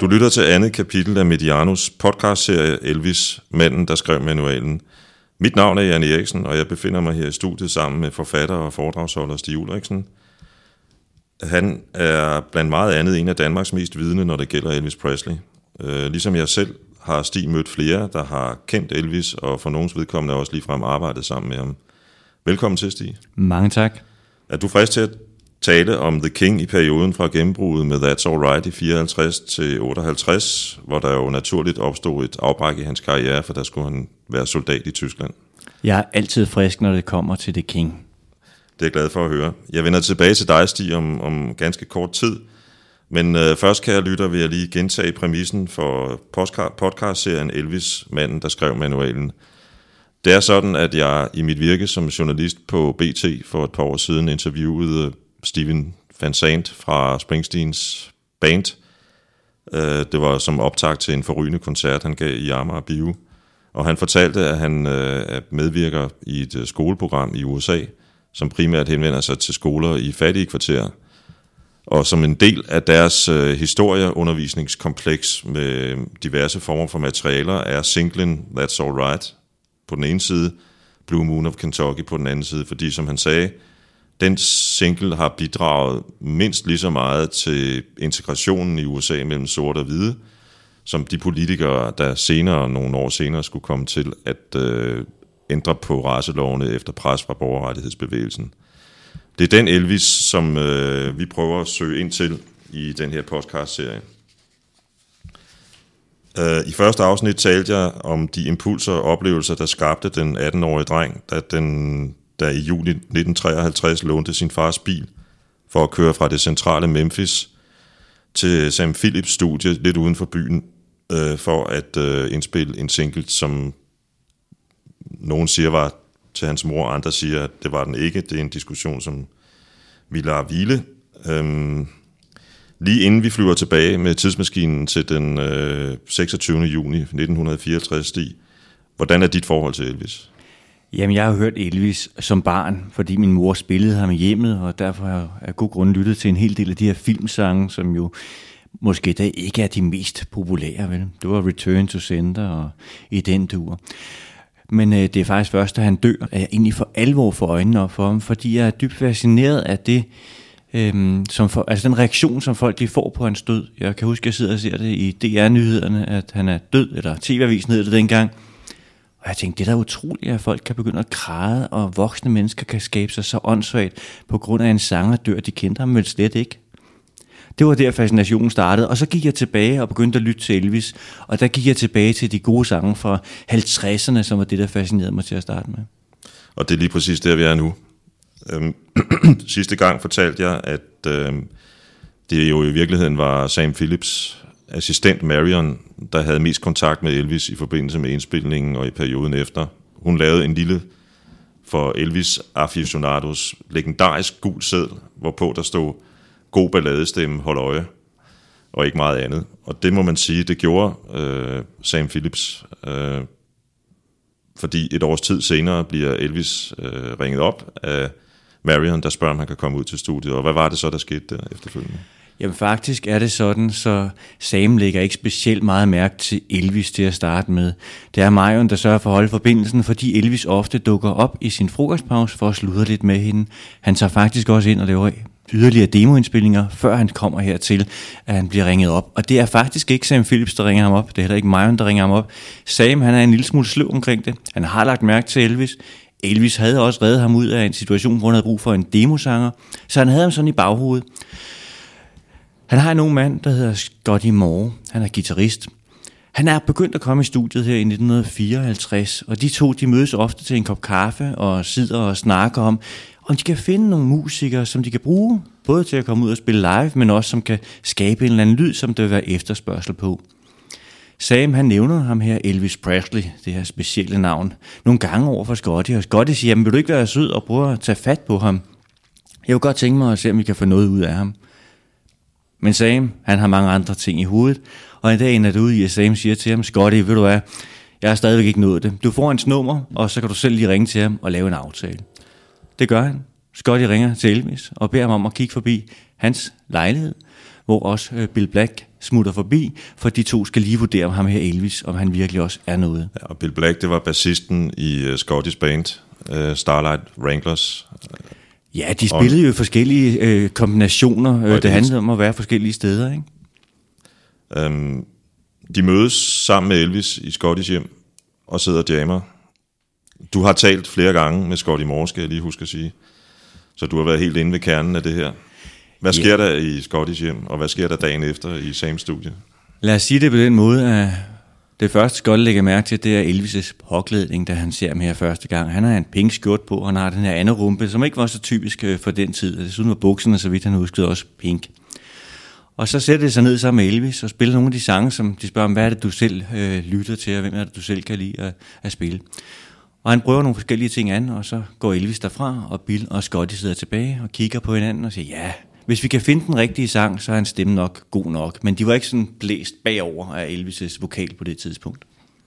Du lytter til andet kapitel af Medianos podcastserie Elvis, manden, der skrev manualen. Mit navn er Jan Eriksen, og jeg befinder mig her i studiet sammen med forfatter og foredragsholder Stig Ulriksen. Han er blandt meget andet en af Danmarks mest vidende, når det gælder Elvis Presley. Ligesom jeg selv har Stig mødt flere, der har kendt Elvis, og for nogens vedkommende også ligefrem arbejdet sammen med ham. Velkommen til, Stig. Mange tak. Er du frisk til at tale om The King i perioden fra gennembruddet med That's Alright i 54 til 58, hvor der jo naturligt opstod et afbræk i hans karriere, for der skulle han være soldat i Tyskland? Jeg er altid frisk, når det kommer til The King. Det er jeg glad for at høre. Jeg vender tilbage til dig, Stig, om ganske kort tid. Men først, kære lytter, vil jeg lige gentage præmissen for podcastserien Elvis, manden, der skrev manualen. Det er sådan, at jeg i mit virke som journalist på BT for et par år siden interviewede Steven Van Zandt fra Springsteens band. Det var som optakt til en forrygende koncert, han gav i Amager Bio. Og han fortalte, at han medvirker i et skoleprogram i USA, som primært henvender sig til skoler i fattige kvarterer. Og som en del af deres historieundervisningskompleks med diverse former for materialer er singlen That's Alright på den ene side, Blue Moon of Kentucky på den anden side, fordi som han sagde, den single har bidraget mindst lige så meget til integrationen i USA mellem sort og hvide, som de politikere, der senere, nogle år senere, skulle komme til at ændre på racelovene efter pres fra borgerrettighedsbevægelsen. Det er den Elvis, som vi prøver at søge ind til i den her podcast-serie. I første afsnit talte jeg om de impulser og oplevelser, der skabte den 18-årige dreng, der i juli 1953 lånte sin fars bil for at køre fra det centrale Memphis til Sam Phillips studie lidt uden for byen for at indspille en single, som nogen siger var til hans mor, og andre siger, at det var den ikke. Det er en diskussion, som vi lader hvile. Lige inden vi flyver tilbage med tidsmaskinen til den 26. juni 1964, Stig, hvordan er dit forhold til Elvis? Jamen, jeg har hørt Elvis som barn, fordi min mor spillede ham i hjemmet, og derfor har jeg af god grund lyttet til en hel del af de her filmsange, som jo måske da ikke er de mest populære, vel? Det var Return to Sender og I den dur. Men det er faktisk først, da han dør, at jeg egentlig for alvor får øjnene op for ham, fordi jeg er dybt fascineret af det, altså den reaktion, som folk de får på hans død. Jeg kan huske, at jeg sidder og ser det i DR-nyhederne, at han er død, eller TV-avisen hed det dengang. Og jeg tænkte, det er da utroligt, at folk kan begynde at græde, og voksne mennesker kan skabe sig så åndssvagt på grund af en sanger dør, de kendte ham vel slet ikke. Det var der fascinationen startede, og så gik jeg tilbage og begyndte at lytte til Elvis, og der gik jeg tilbage til de gode sange fra 50'erne, som var det, der fascinerede mig til at starte med. Og det er lige præcis der, vi er nu. Sidste gang fortalte jeg, at det jo i virkeligheden var Sam Phillips assistent Marion, der havde mest kontakt med Elvis i forbindelse med indspilningen og i perioden efter. Hun lavede en lille for Elvis aficionados legendarisk gul seddel, hvorpå der stod god balladestemme, hold øje, og ikke meget andet. Og det må man sige, det gjorde Sam Phillips, fordi et års tid senere bliver Elvis ringet op af Marion, der spørger, om han kan komme ud til studiet. Og hvad var det så, der skete der efterfølgende? Jamen faktisk er det sådan, så Sam lægger ikke specielt meget mærke til Elvis til at starte med. Det er Marion, der sørger for at holde forbindelsen, fordi Elvis ofte dukker op i sin frokostpause for at sludre lidt med hende. Han tager faktisk også ind og laver yderligere demoindspillinger, før han kommer hertil, at han bliver ringet op. Og det er faktisk ikke Sam Phillips, der ringer ham op. Det er heller ikke Marion, der ringer ham op. Sam, han er en lille smule sløv omkring det. Han har lagt mærke til Elvis. Elvis havde også reddet ham ud af en situation, hvor han havde brug for en demosanger. Så han havde ham sådan i baghovedet. Han har en ung mand, der hedder Scotty Moore. Han er guitarist. Han er begyndt at komme i studiet her i 1954, og de to de mødes ofte til en kop kaffe og sidder og snakker om de kan finde nogle musikere, som de kan bruge, både til at komme ud og spille live, men også som kan skabe en eller anden lyd, som der vil være efterspørgsel på. Sam, han nævner ham her, Elvis Presley, det her specielle navn, nogle gange over for Scotty, og Scotty siger, jamen vil du ikke være sød og prøve at tage fat på ham? Jeg vil godt tænke mig at se, om vi kan få noget ud af ham. Men Sam, han har mange andre ting i hovedet, og en dag ender det ud i, at Sam siger til ham, Scotty, ved du hvad, jeg har stadigvæk ikke nået det. Du får hans nummer, og så kan du selv lige ringe til ham og lave en aftale. Det gør han. Scotty ringer til Elvis og beder ham om at kigge forbi hans lejlighed, hvor også Bill Black smutter forbi, for de to skal lige vurdere om ham her Elvis, om han virkelig også er noget. Ja, og Bill Black, det var bassisten i Scottish band, Starlight Wranglers. Ja, de spillede jo forskellige kombinationer. Det handlede om at være forskellige steder, ikke? De mødes sammen med Elvis i Scottish hjem og sidder og jammer. Du har talt flere gange med Scotty Moore, skal jeg lige huske at sige. Så du har været helt inde ved kernen af det her. Hvad sker der i Scottish hjem, og hvad sker der dagen efter i Sams studie? Lad os sige det på den måde, at det første Scotty lægger mærke til, det er Elvis' påklædning, da han ser ham her første gang. Han har en pink skjort på, og han har den her anden rumpe, som ikke var så typisk for den tid. Desuden var bukserne, så vidt han huskede, også pink. Og så sætter det sig ned sammen med Elvis og spiller nogle af de sange, som de spørger om, hvad er det, du selv lytter til, og hvem er det, du selv kan lide at spille. Og han prøver nogle forskellige ting an, og så går Elvis derfra, og Bill og Scotty sidder tilbage og kigger på hinanden og siger, ja, hvis vi kan finde den rigtige sang, så er hans stemme nok god nok. Men de var ikke sådan blæst bagover af Elvis' vokal på det tidspunkt.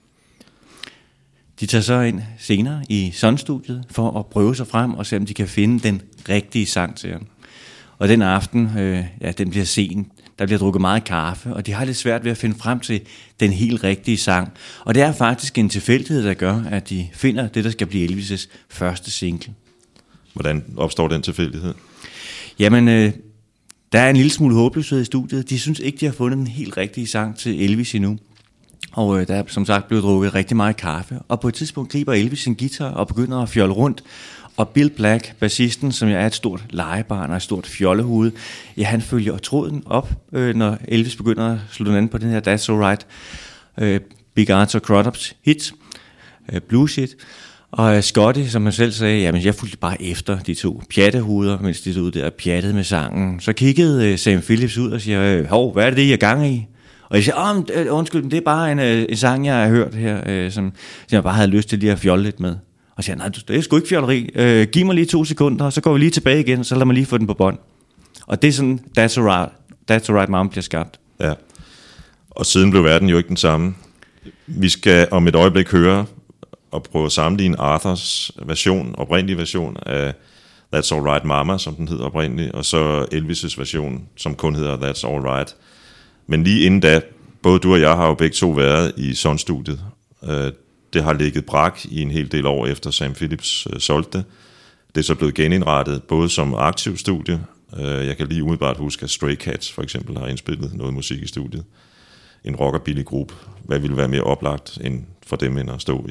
De tager så ind senere i Sun-studiet for at prøve sig frem og se, om de kan finde den rigtige sang til ham. Og den aften, den bliver sen. Der bliver drukket meget kaffe, og de har lidt svært ved at finde frem til den helt rigtige sang. Og det er faktisk en tilfældighed, der gør, at de finder det, der skal blive Elvis' første single. Hvordan opstår den tilfældighed? Jamen, der er en lille smule håbløshed i studiet. De synes ikke, de har fundet den helt rigtige sang til Elvis endnu. Og der er som sagt blevet drukket rigtig meget kaffe. Og på et tidspunkt griber Elvis sin guitar og begynder at fjolle rundt. Og Bill Black, bassisten, som er et stort legebarn og et stort fjollehoved, ja, han følger tråden op, når Elvis begynder at slå den anden på den her That's Alright, Big Arthur Crudups hit, blues hit. Og Scotty, som han selv sagde, jamen jeg fulgte bare efter de to pjattehoveder, mens de stod der og pjattede med sangen. Så kiggede Sam Phillips ud og siger, hov, hvad er det, I er gang i? Og jeg siger, undskyld, det er bare en sang, jeg har hørt her, som jeg bare havde lyst til lige at fjolle lidt med. Og siger, nej, det er sgu ikke fjolleri. Giv mig lige 2 sekunder, og så går vi lige tilbage igen, og så lader mig lige få den på bånd. Og det er sådan, That's Alright Mom bliver skabt. Ja, og siden blev verden jo ikke den samme. Vi skal om et øjeblik høre og prøve at sammenligne Arthurs version, oprindelige version af That's Alright Mama, som den hedder oprindeligt, og så Elvis' version, som kun hedder That's Alright. Men lige inden da, både du og jeg har jo begge to været i Sun-studiet. Det har ligget brak i en hel del år efter Sam Phillips solgte det. Det er så blevet genindrettet, både som aktiv studie. Jeg kan lige umiddelbart huske, at Stray Cats for eksempel har indspillet noget musik i studiet. En rockabilly-gruppe. Hvad ville være mere oplagt end for dem, end at stå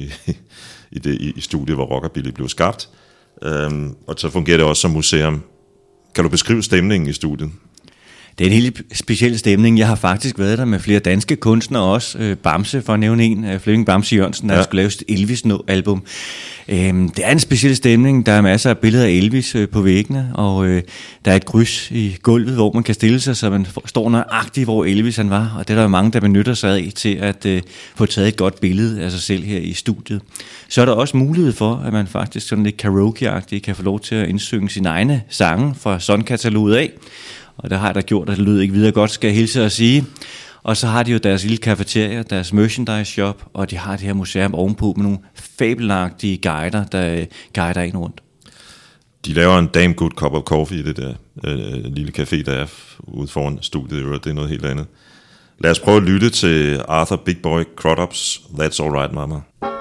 i studiet, hvor rockabilly blev skabt. Og så fungerer det også som museum. Kan du beskrive stemningen i studiet? Det er en helt speciel stemning. Jeg har faktisk været der med flere danske kunstnere også. Bamse, for at nævne en. Flemming Bamse Jørgensen, der skulle lave et Elvis-album. Det er en speciel stemning. Der er masser af billeder af Elvis på væggene, og der er et kryds i gulvet, hvor man kan stille sig, så man står nøjagtigt, hvor Elvis han var. Og det er der mange, der benytter sig af til at få taget et godt billede af sig selv her i studiet. Så er der også mulighed for, at man faktisk sådan lidt karaoke-agtigt kan få lov til at indsynge sine egne sange fra Sun-kataloget af. Og det har der gjort, at det lyder ikke videre godt, skal jeg hilse at sige. Og så har de jo deres lille cafeteria, deres merchandise shop, og de har det her museum ovenpå med nogle fabelagtige guider, der guider en rundt. De laver en damn good cup of coffee i det der lille café, der er ude foran studiet. Det er noget helt andet. Lad os prøve at lytte til Arthur Big Boy Crudups That's Alright Mama.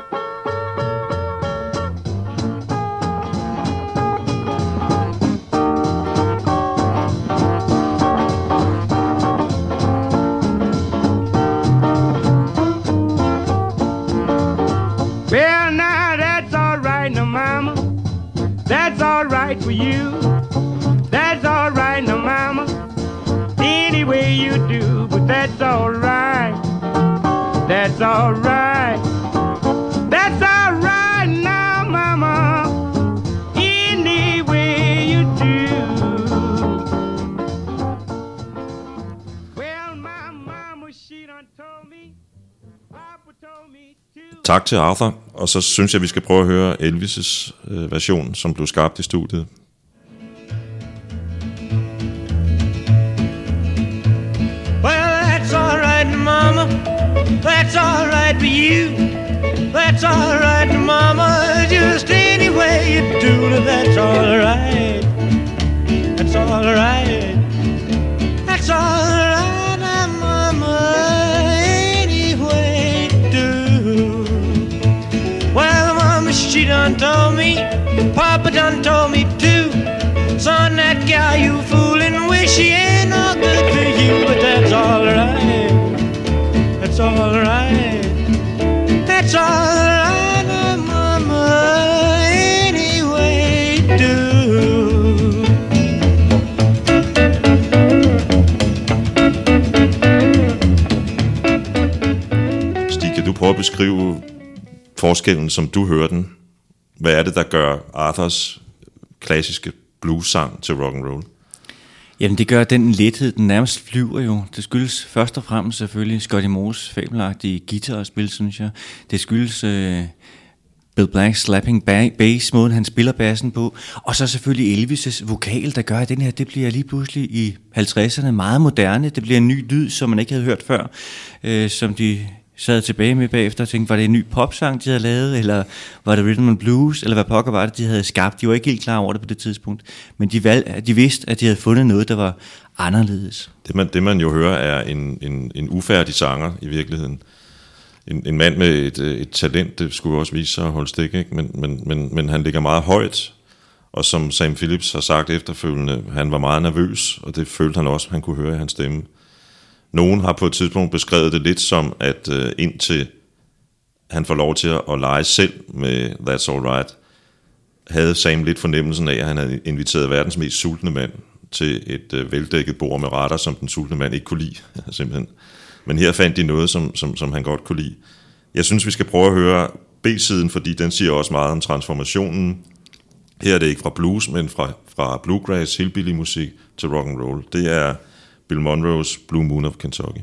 For you, that's all right, no mama. Any way you do, but that's all right. That's all right. That's all right now, mama. Any way you do. Well, my mama, she done told me. Papa told me too. Tak til Arthur, og så synes jeg, vi skal prøve at høre Elvis' version, som blev skabt i studiet. Well, that's all right, mama. That's all right for you. That's all right, mama. Just any way you do it, that's all right. That's all right. That's all right. at beskrive forskellen, som du hører den. Hvad er det, der gør Arthurs klassiske blues-sang til rock and roll? Jamen det gør den lethed, den nærmest flyver jo. Det skyldes først og fremmest selvfølgelig Scotty Moores fabelagtige guitarspil, synes jeg. Det skyldes Bill Blacks slapping bass, måden han spiller bassen på. Og så selvfølgelig Elvis' vokal, der gør, at den her, det bliver lige pludselig i 50'erne meget moderne. Det bliver en ny lyd, som man ikke havde hørt før, som de sad tilbage med bagefter og tænkte, var det en ny popsang, de havde lavet, eller var det rhythm and blues, eller hvad pokker var det, de havde skabt. De var ikke helt klar over det på det tidspunkt, men de vidste, at de havde fundet noget, der var anderledes. Det man jo hører er en ufærdig sanger i virkeligheden. En mand med et talent, det skulle også vise sig at holde stik, ikke? Men han ligger meget højt, og som Sam Phillips har sagt efterfølgende, han var meget nervøs, og det følte han også, han kunne høre i hans stemme. Nogen har på et tidspunkt beskrevet det lidt som, at indtil han får lov til at lege selv med That's Alright, havde Sam lidt fornemmelsen af, at han havde inviteret verdens mest sultne mand til et veldækket bord med retter, som den sultne mand ikke kunne lide, simpelthen. Men her fandt de noget, som han godt kunne lide. Jeg synes, vi skal prøve at høre B-siden, fordi den siger også meget om transformationen. Her er det ikke fra blues, men fra bluegrass, hillbilly musik til rock and roll. Det er Bill Monroes Blue Moon of Kentucky.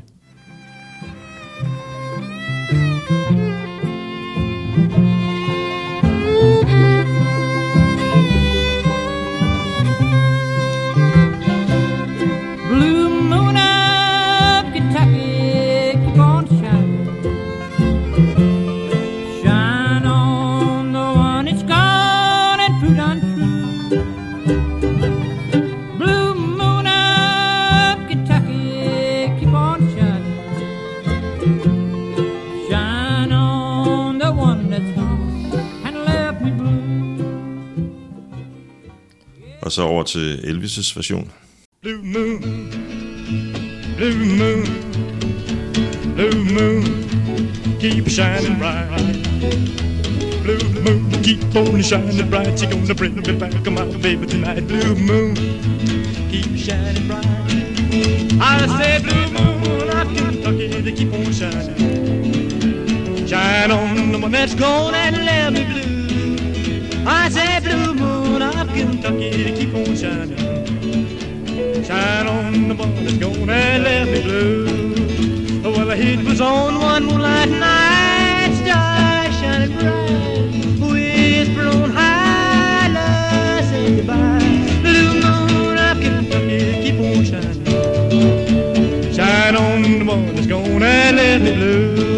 Og så over til Elvis' version. Blue moon, blue moon, blue moon, keep shining bright. Blue moon, keep on shining bright. You're gonna bring me back, my baby, tonight. Blue moon, keep shining bright. I say blue moon, I Kentucky, to keep on shining. Shine on the one that's gone and let me blue. I say blue moon of Kentucky, to keep on shining. Shine on the one that's gone and left me blue. Well, it was on one moonlight night, stars shining bright, whisper on high, love say goodbye. Blue moon of Kentucky, keep on shining. Shine on the one that's gone and left me blue.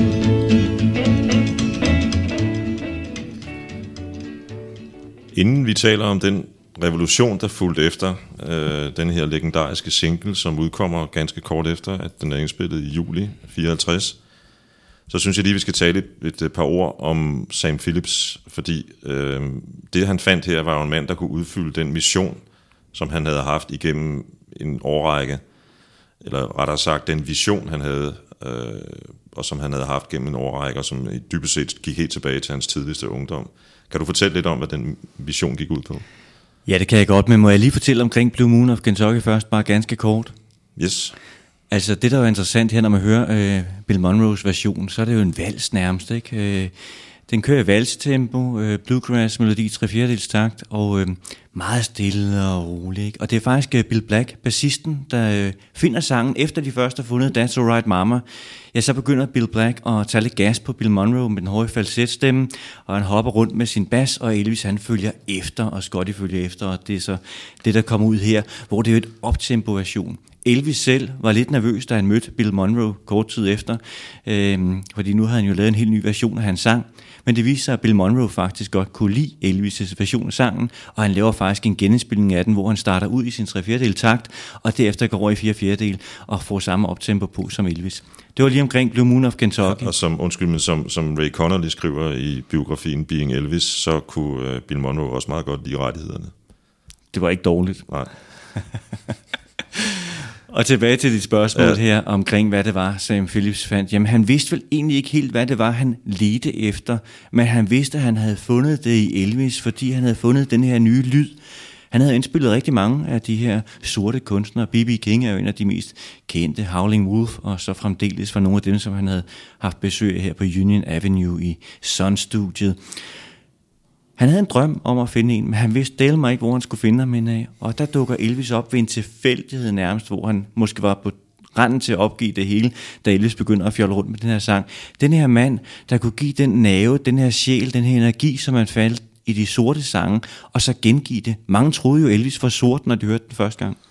Inden vi taler om den revolution, der fulgte efter den her legendariske single, som udkommer ganske kort efter, at den er indspillet i juli 54, så synes jeg lige, vi skal tale et par ord om Sam Phillips, fordi det han fandt her var jo en mand, der kunne udfylde den mission, som han havde haft igennem en årrække, eller rettere sagt den vision, han havde, og som han havde haft gennem en årrække, og som dybest set gik helt tilbage til hans tidligste ungdom. Kan du fortælle lidt om, hvad den vision gik ud på? Ja, det kan jeg godt, men må jeg lige fortælle omkring Blue Moon of Kentucky først, bare ganske kort? Yes. Altså, det der er interessant her, når man hører Bill Monroes version, så er det jo en vals nærmest, ikke? Den kører i valstempo, bluegrass melodi, 3/4 takt, og meget stille og rolig, ikke? Og det er faktisk Bill Black, bassisten, der finder sangen, efter de først har fundet That's Alright Mama. Ja, så begynder Bill Black at tage lidt gas på Bill Monroe med den høje falsetstemme, og han hopper rundt med sin bas, og Elvis han følger efter, og Scotty følger efter, og det er så det, der kommer ud her, hvor det er jo et optempo-version. Elvis selv var lidt nervøs, da han mødte Bill Monroe kort tid efter, fordi nu havde han jo lavet en helt ny version af hans sang, men det viser sig, at Bill Monroe faktisk godt kunne lide Elvis' version af sangen, og han laver faktisk en genindspilning af den, hvor han starter ud i sin 3/4 takt, og derefter går over i 4/4 og får samme optempo på som Elvis. Det var lige omkring Blue Moon of Kentucky. Ja, og som Ray Connolly skriver i biografien Being Elvis, så kunne Bill Monroe også meget godt lide rettighederne. Det var ikke dårligt. Nej. Og tilbage til dit spørgsmål her omkring, hvad det var, Sam Phillips fandt. Jamen, han vidste vel egentlig ikke helt, hvad det var, han ledte efter, men han vidste, at han havde fundet det i Elvis, fordi han havde fundet den her nye lyd. Han havde indspillet rigtig mange af de her sorte kunstnere. B.B. King er jo en af de mest kendte, Howling Wolf, og så fremdeles var nogle af dem, som han havde haft besøg her på Union Avenue i Sun-studiet. Han havde en drøm om at finde en, men han vidste dele mig ikke, hvor han skulle finde ham hen af. Og der dukker Elvis op ved en tilfældighed nærmest, hvor han måske var på randen til at opgive det hele, da Elvis begynder at fjolle rundt med den her sang. Den her mand, der kunne give den nerve, den her sjæl, den her energi, som man faldt i de sorte sange, og så gengive det. Mange troede jo, Elvis var sort, når de hørte den første gang.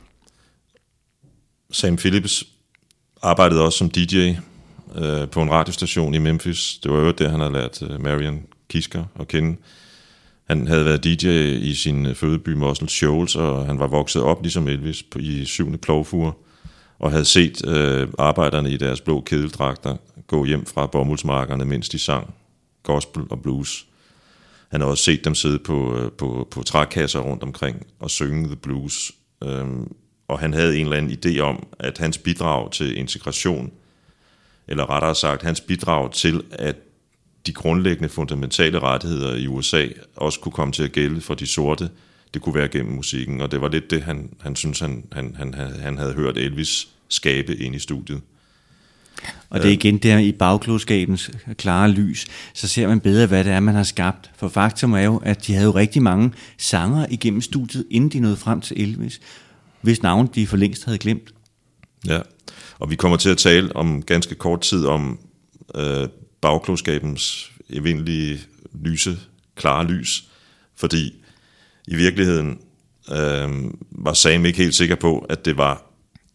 Sam Phillips arbejdede også som DJ på en radiostation i Memphis. Det var jo der, han havde lært Marion Kisker at kende. Han havde været DJ i sin fødeby Muscle Shoals, og han var vokset op ligesom Elvis i 7. plovfure, og havde set arbejderne i deres blå kedeldragter gå hjem fra bomuldsmarkerne, mens de sang gospel og blues. Han har også set dem sidde på trækasser rundt omkring og synge the blues. Og han havde en eller anden idé om, at hans bidrag til integration, eller rettere sagt, hans bidrag til, at de grundlæggende fundamentale rettigheder i USA også kunne komme til at gælde for de sorte, det kunne være gennem musikken. Og det var lidt det, han synes, han havde hørt Elvis skabe ind i studiet. Og det er igen der i bagklodskabens klare lys, så ser man bedre, hvad det er, man har skabt. For faktum er jo, at de havde jo rigtig mange sanger igennem studiet, inden de nåede frem til Elvis, hvis navn de for længst havde glemt. Ja, og vi kommer til at tale om ganske kort tid om bagklodskabens evindelige lyse, klare lys, fordi i virkeligheden var Sam ikke helt sikker på, at det var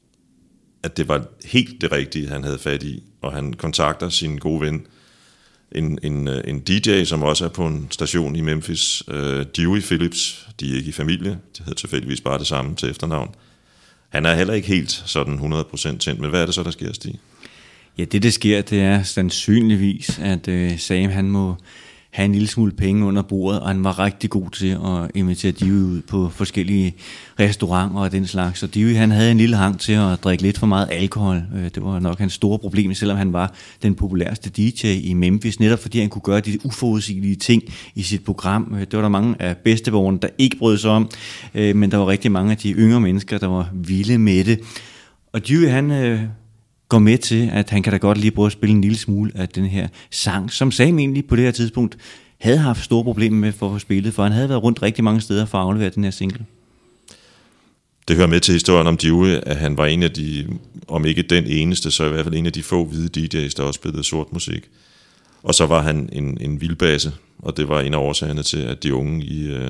helt det rigtige, han havde fat i, og han kontakter sin gode ven, en DJ, som også er på en station i Memphis, Dewey Phillips. De er ikke i familie, de hedder tilfældigvis bare det samme til efternavn. Han er heller ikke helt sådan 100% tændt, men hvad er det så, der sker, Stig? Ja, det sker, det er sandsynligvis, at Sam han må have en lille smule penge under bordet, og han var rigtig god til at invitere Dewey ud på forskellige restauranter og den slags. Så Dewey han havde en lille hang til at drikke lidt for meget alkohol. Det var nok hans store problem, selvom han var den populærste DJ i Memphis, netop fordi han kunne gøre de uforudsigelige ting i sit program. Det var der mange af bedsteborgerne, der ikke brød sig om, men der var rigtig mange af de yngre mennesker, der var vilde med det. Og Dewey han går med til, at han kan da godt lige prøve at spille en lille smule af den her sang, som Sam egentlig på det her tidspunkt havde haft store problemer med for at få spillet, for han havde været rundt rigtig mange steder for at aflevere den her single. Det hører med til historien om Dewey, at han var en af de, om ikke den eneste, så i hvert fald en af de få hvide DJ's, der også spillede sort musik. Og så var han en vildbase, og det var en af årsagerne til, at de unge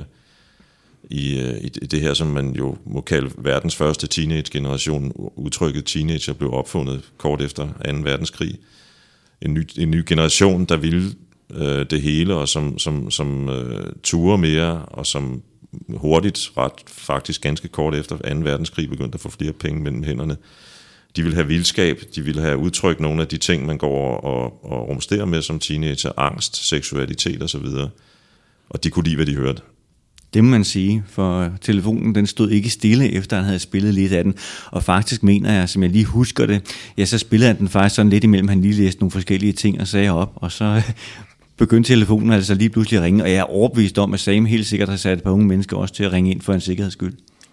i det her, som man jo må kalde verdens første teenage-generation, udtrykket teenager, blev opfundet kort efter 2. verdenskrig. En ny generation, der ville det hele, og som turde mere, og som hurtigt, faktisk ganske kort efter 2. verdenskrig, begyndte at få flere penge mellem hænderne. De ville have vildskab, de ville have udtrykt nogle af de ting, man går og rumsterer med som teenager, angst, seksualitet osv., og de kunne lide, hvad de hørte. Det må man sige, for telefonen den stod ikke stille, efter han havde spillet lidt af den. Og faktisk mener jeg, som jeg lige husker det, ja, så spillede han den faktisk sådan lidt imellem, han lige læste nogle forskellige ting og sagde op, og så begyndte telefonen altså lige pludselig at ringe, og jeg er overbevist om, at Sam helt sikkert har sat et par unge mennesker også til at ringe ind for en sikkerheds skyld.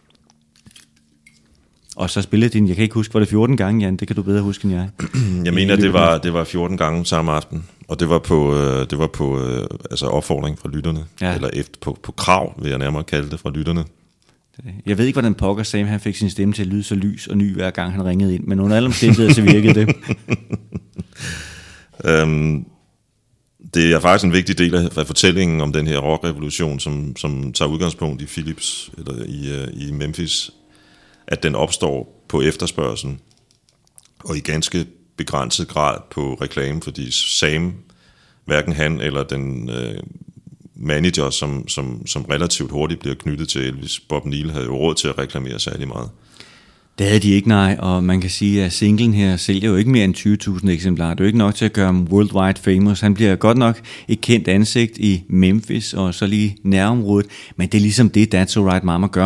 Og så spillede den, jeg kan ikke huske, var det 14 gange, Jan? Det kan du bedre huske end jeg. Jeg mener, det var 14 gange samme aften, og det var på altså opfordring fra lytterne, ja. Eller på krav, vil jeg nærmere kalde det, fra lytterne. Jeg ved ikke, hvordan pokker Sam han fik sin stemme til at lyde så lys og ny, hver gang han ringede ind, men under alle omstændigheder så virkede det. Det er faktisk en vigtig del af fortællingen om den her rockrevolution, som tager udgangspunkt i Phillips, eller i Memphis, at den opstår på efterspørgsel, og i ganske begrænset grad på reklame, fordi Sam, hverken han eller den manager, som relativt hurtigt bliver knyttet til Elvis, Bob Neal, havde jo råd til at reklamere særlig meget. Det havde de ikke, nej, og man kan sige, at singlen her sælger jo ikke mere end 20.000 eksemplarer. Det er jo ikke nok til at gøre ham worldwide famous. Han bliver godt nok et kendt ansigt i Memphis og så lige nærområdet, men det er ligesom det, That's Alright Mama gør.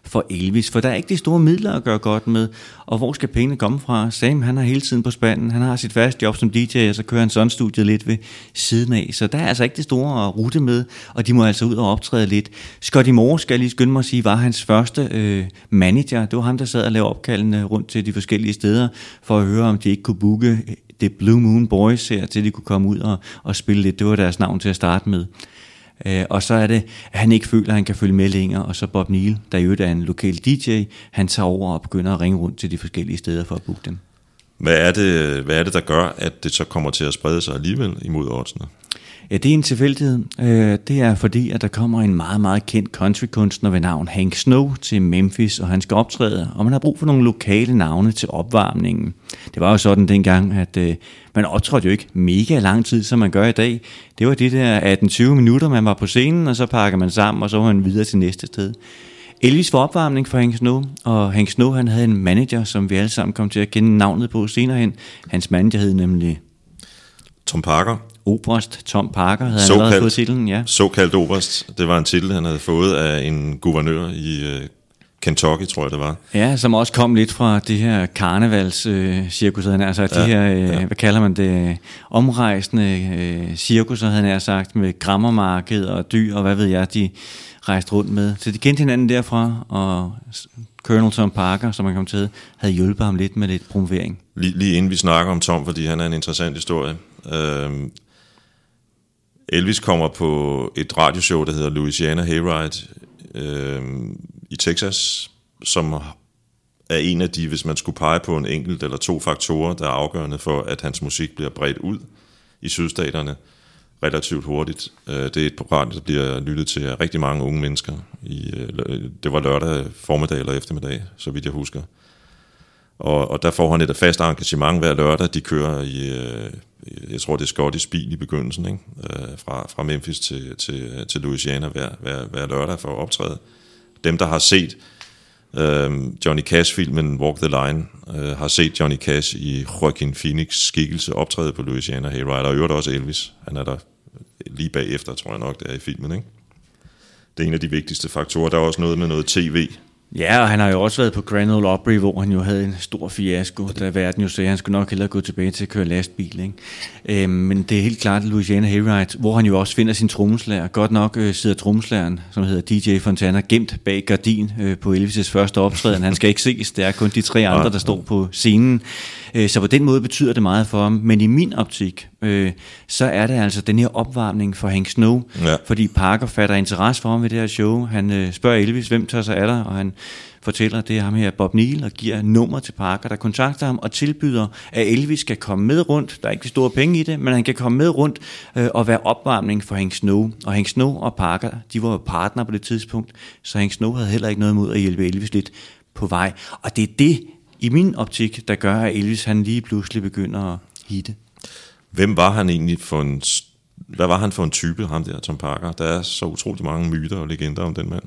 for Elvis, for der er ikke de store midler at gøre godt med, og hvor skal pengene komme fra? Sam, han er hele tiden på spanden, han har sit fast job som DJ, og så kører han sådan studiet lidt ved siden af, så der er altså ikke det store at rute med, og de må altså ud og optræde lidt. Scotty Moore, skal jeg lige skynde mig at sige, var hans første manager. Det var ham, der sad og lavede opkaldene rundt til de forskellige steder, for at høre, om de ikke kunne booke det Blue Moon Boys her, til de kunne komme ud og spille lidt. Det var deres navn til at starte med. Og så er det, at han ikke føler, at han kan følge med længere, og så Bob Neal, der jo er en lokal DJ, han tager over og begynder at ringe rundt til de forskellige steder for at booke dem. Hvad er det, der gør, at det så kommer til at sprede sig alligevel imod oddsene? Ja, det er en tilfældighed. Det er fordi, at der kommer en meget, meget kendt countrykunstner ved navn Hank Snow til Memphis, og han skal optræde, og man har brug for nogle lokale navne til opvarmningen. Det var jo sådan dengang, at man optrådte jo ikke mega lang tid, som man gør i dag. Det var de der 18-20 minutter, man var på scenen, og så pakker man sammen, og så var man videre til næste sted. Elvis var opvarmning for Hank Snow, og Hank Snow, han havde en manager, som vi alle sammen kom til at kende navnet på senere hen. Hans manager hed nemlig Tom Parker. Oberst Tom Parker havde han allerede fået titlen, ja. Såkaldt oberst. Det var en titel, han havde fået af en guvernør i Kentucky, tror jeg det var. Ja, som også kom lidt fra det her karnevals-cirkus, havde han sagt. De her, hvad kalder man det, omrejsende cirkus, havde han sagt, med grammermarked og dyr, og hvad ved jeg, de rejste rundt med. Så de kendte hinanden derfra, og Colonel Tom Parker, som han kom til, havde hjulpet ham lidt med lidt promovering. Lige inden vi snakker om Tom, fordi han er en interessant historie. Elvis kommer på et radioshow, der hedder Louisiana Hayride i Texas, som er en af de, hvis man skulle pege på en enkelt eller to faktorer, der er afgørende for, at hans musik bliver bredt ud i sydstaterne relativt hurtigt. Det er et program, der bliver lyttet til af rigtig mange unge mennesker. Det var lørdag formiddag eller eftermiddag, så vidt jeg husker. Og der får han et fast engagement hver lørdag. De kører i, jeg tror det er Scotty's bil i begyndelsen, ikke? Fra Memphis til Louisiana hver lørdag for at optræde. Dem, der har set Johnny Cash-filmen Walk the Line, har set Johnny Cash i Joaquin Phoenix skikkelse optræde på Louisiana Hayride, og i øvrigt også Elvis. Han er der lige bagefter, tror jeg nok, det er i filmen, ikke? Det er en af de vigtigste faktorer. Der er også noget med noget tv. Ja, og han har jo også været på Grand Ole Opry, hvor han jo havde en stor fiasko, da verden jo sagde, at han skulle nok hellere gå tilbage til at køre lastbil, ikke? Men det er helt klart Louisiana Hayride, hvor han jo også finder sin trommeslager. Godt nok sidder trommeslageren, som hedder DJ Fontana, gemt bag gardin på Elvis' første optræden. Han skal ikke ses, det er kun de tre andre, der står på scenen. Så på den måde betyder det meget for ham. Men i min optik, så er det altså den her opvarmning for Hank Snow, fordi Parker fatter interesse for ham ved det her show. Han spørger Elvis, hvem tager sig af dig, og han fortæller, det er ham her Bob Neal, og giver nummer til Parker, der kontakter ham og tilbyder, at Elvis skal komme med rundt. Der er ikke de store penge i det, men han kan komme med rundt og være opvarmning for Hank Snow. Og Hank Snow og Parker, de var jo partner på det tidspunkt, så Hank Snow havde heller ikke noget imod at hjælpe Elvis lidt på vej. Og det er det, i min optik, der gør, at Elvis han lige pludselig begynder at hitte. Hvem var han egentlig hvad var han for en type, ham der, Tom Parker? Der er så utroligt mange myter og legender om den mand.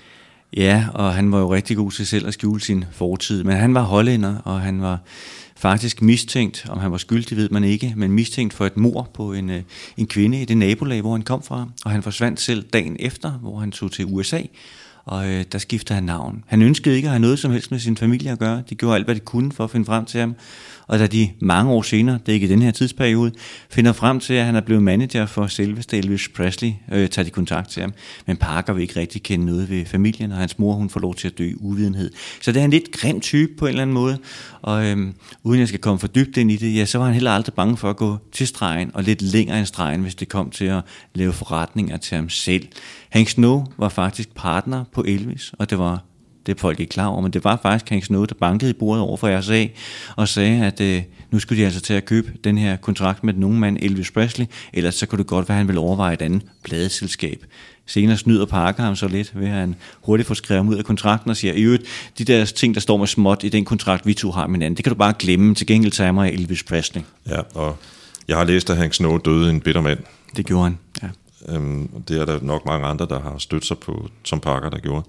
Ja, og han var jo rigtig god til selv at skjule sin fortid, men han var hollænder, og han var faktisk mistænkt, om han var skyldig, ved man ikke, men mistænkt for et mord på en kvinde i det nabolag, hvor han kom fra, og han forsvandt selv dagen efter, hvor han tog til USA, og der skiftede han navn. Han ønskede ikke at have noget som helst med sin familie at gøre. De gjorde alt, hvad de kunne for at finde frem til ham. Og da de mange år senere, det er ikke i den her tidsperiode, finder frem til, at han er blevet manager for selveste Elvis Presley, tager de kontakt til ham. Men Parker vil ikke rigtig kende noget ved familien, og hans mor hun får lov til at dø i uvidenhed. Så det er en lidt grim type på en eller anden måde. Og uden jeg skal komme for dybt ind i det, ja, så var han heller aldrig bange for at gå til stregen, og lidt længere end stregen, hvis det kom til at lave forretninger til ham selv. Hank Snow var faktisk partner på Elvis, og det er folk ikke klar over, men det var faktisk Hank Snow, der bankede i bordet over for RCA og sagde, at nu skulle de altså til at købe den her kontrakt med den unge mand Elvis Presley, ellers så kunne det godt være, at han ville overveje et andet pladeselskab. Senere snyder Parker ham så lidt, ved at han hurtigt får skrevet ud af kontrakten og siger, i øvrigt, de der ting, der står med småt i den kontrakt, vi to har med hinanden, det kan du bare glemme, til gengæld tager mig Elvis Presley. Ja, og jeg har læst, at Hank Snow døde en bitter mand. Det gjorde han, ja. Det er der nok mange andre, der har stødt sig på, som Parker, der gjorde.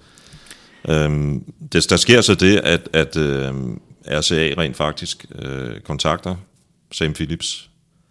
Der sker så det, at RCA rent faktisk kontakter Sam Phillips.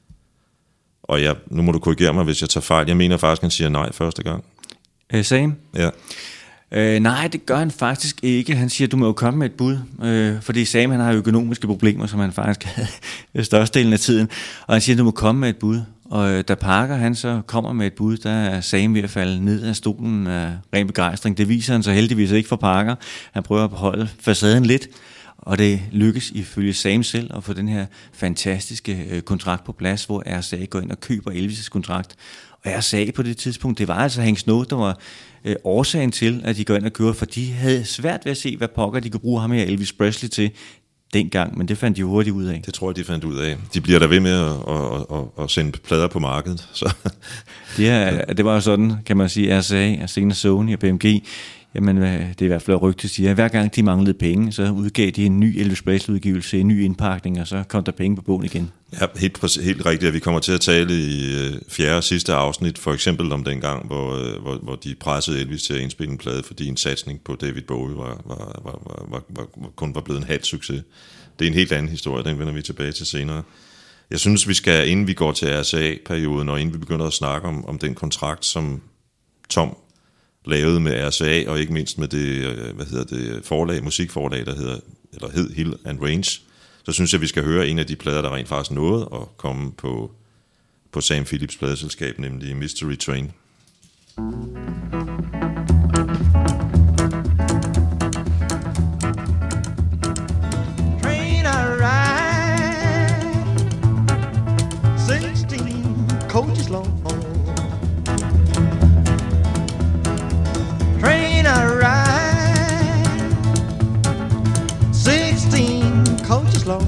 Og nu må du korrigere mig, hvis jeg tager fejl. Jeg mener faktisk, han siger nej første gang. Sam? Ja. Nej, det gør han faktisk ikke. Han siger, du må jo komme med et bud, fordi Sam han har økonomiske problemer, som han faktisk havde størstedelen af tiden. Og han siger, du må komme med et bud. Og da Parker han så kommer med et bud, der er Sam ved at falde ned af stolen af ren begejstring. Det viser han så heldigvis ikke for Parker. Han prøver at beholde facaden lidt, og det lykkes ifølge Sam selv at få den her fantastiske kontrakt på plads, hvor RCA går ind og køber Elvis' kontrakt. Og RCA på det tidspunkt, det var altså Hank Snow, der var årsagen til, at de går ind og køber, for de havde svært ved at se, hvad pokker de kunne bruge ham her Elvis Presley til dengang, men det fandt de hurtigt ud af. Det tror jeg, de fandt ud af. De bliver der ved med at sende plader på markedet. Så. Det var jo sådan, kan man sige, RCA, og senere Sony og BMG, jamen det er i hvert fald rygte siger, at hver gang de manglede penge, så udgav de en ny Elvis Presley-udgivelse, en ny indpakning, og så kom der penge på bogen igen. Ja, helt rigtigt, at vi kommer til at tale i fjerde og sidste afsnit, for eksempel om den gang, hvor de pressede Elvis til at indspille en plade, fordi en satsning på David Bowie kun var blevet en halv succes. Det er en helt anden historie, den vender vi tilbage til senere. Jeg synes, vi skal, inden vi går til RCA-perioden, og inden vi begynder at snakke om den kontrakt, som Tom lavede med RCA, og ikke mindst med det musikforlag, der hed Hill and Range, så synes jeg, vi skal høre en af de plader, der rent faktisk nåede at komme på Sam Phillips pladeselskab, nemlig Mystery Train. Train I ride, 16 coaches long. Train I ride, 16 coaches long.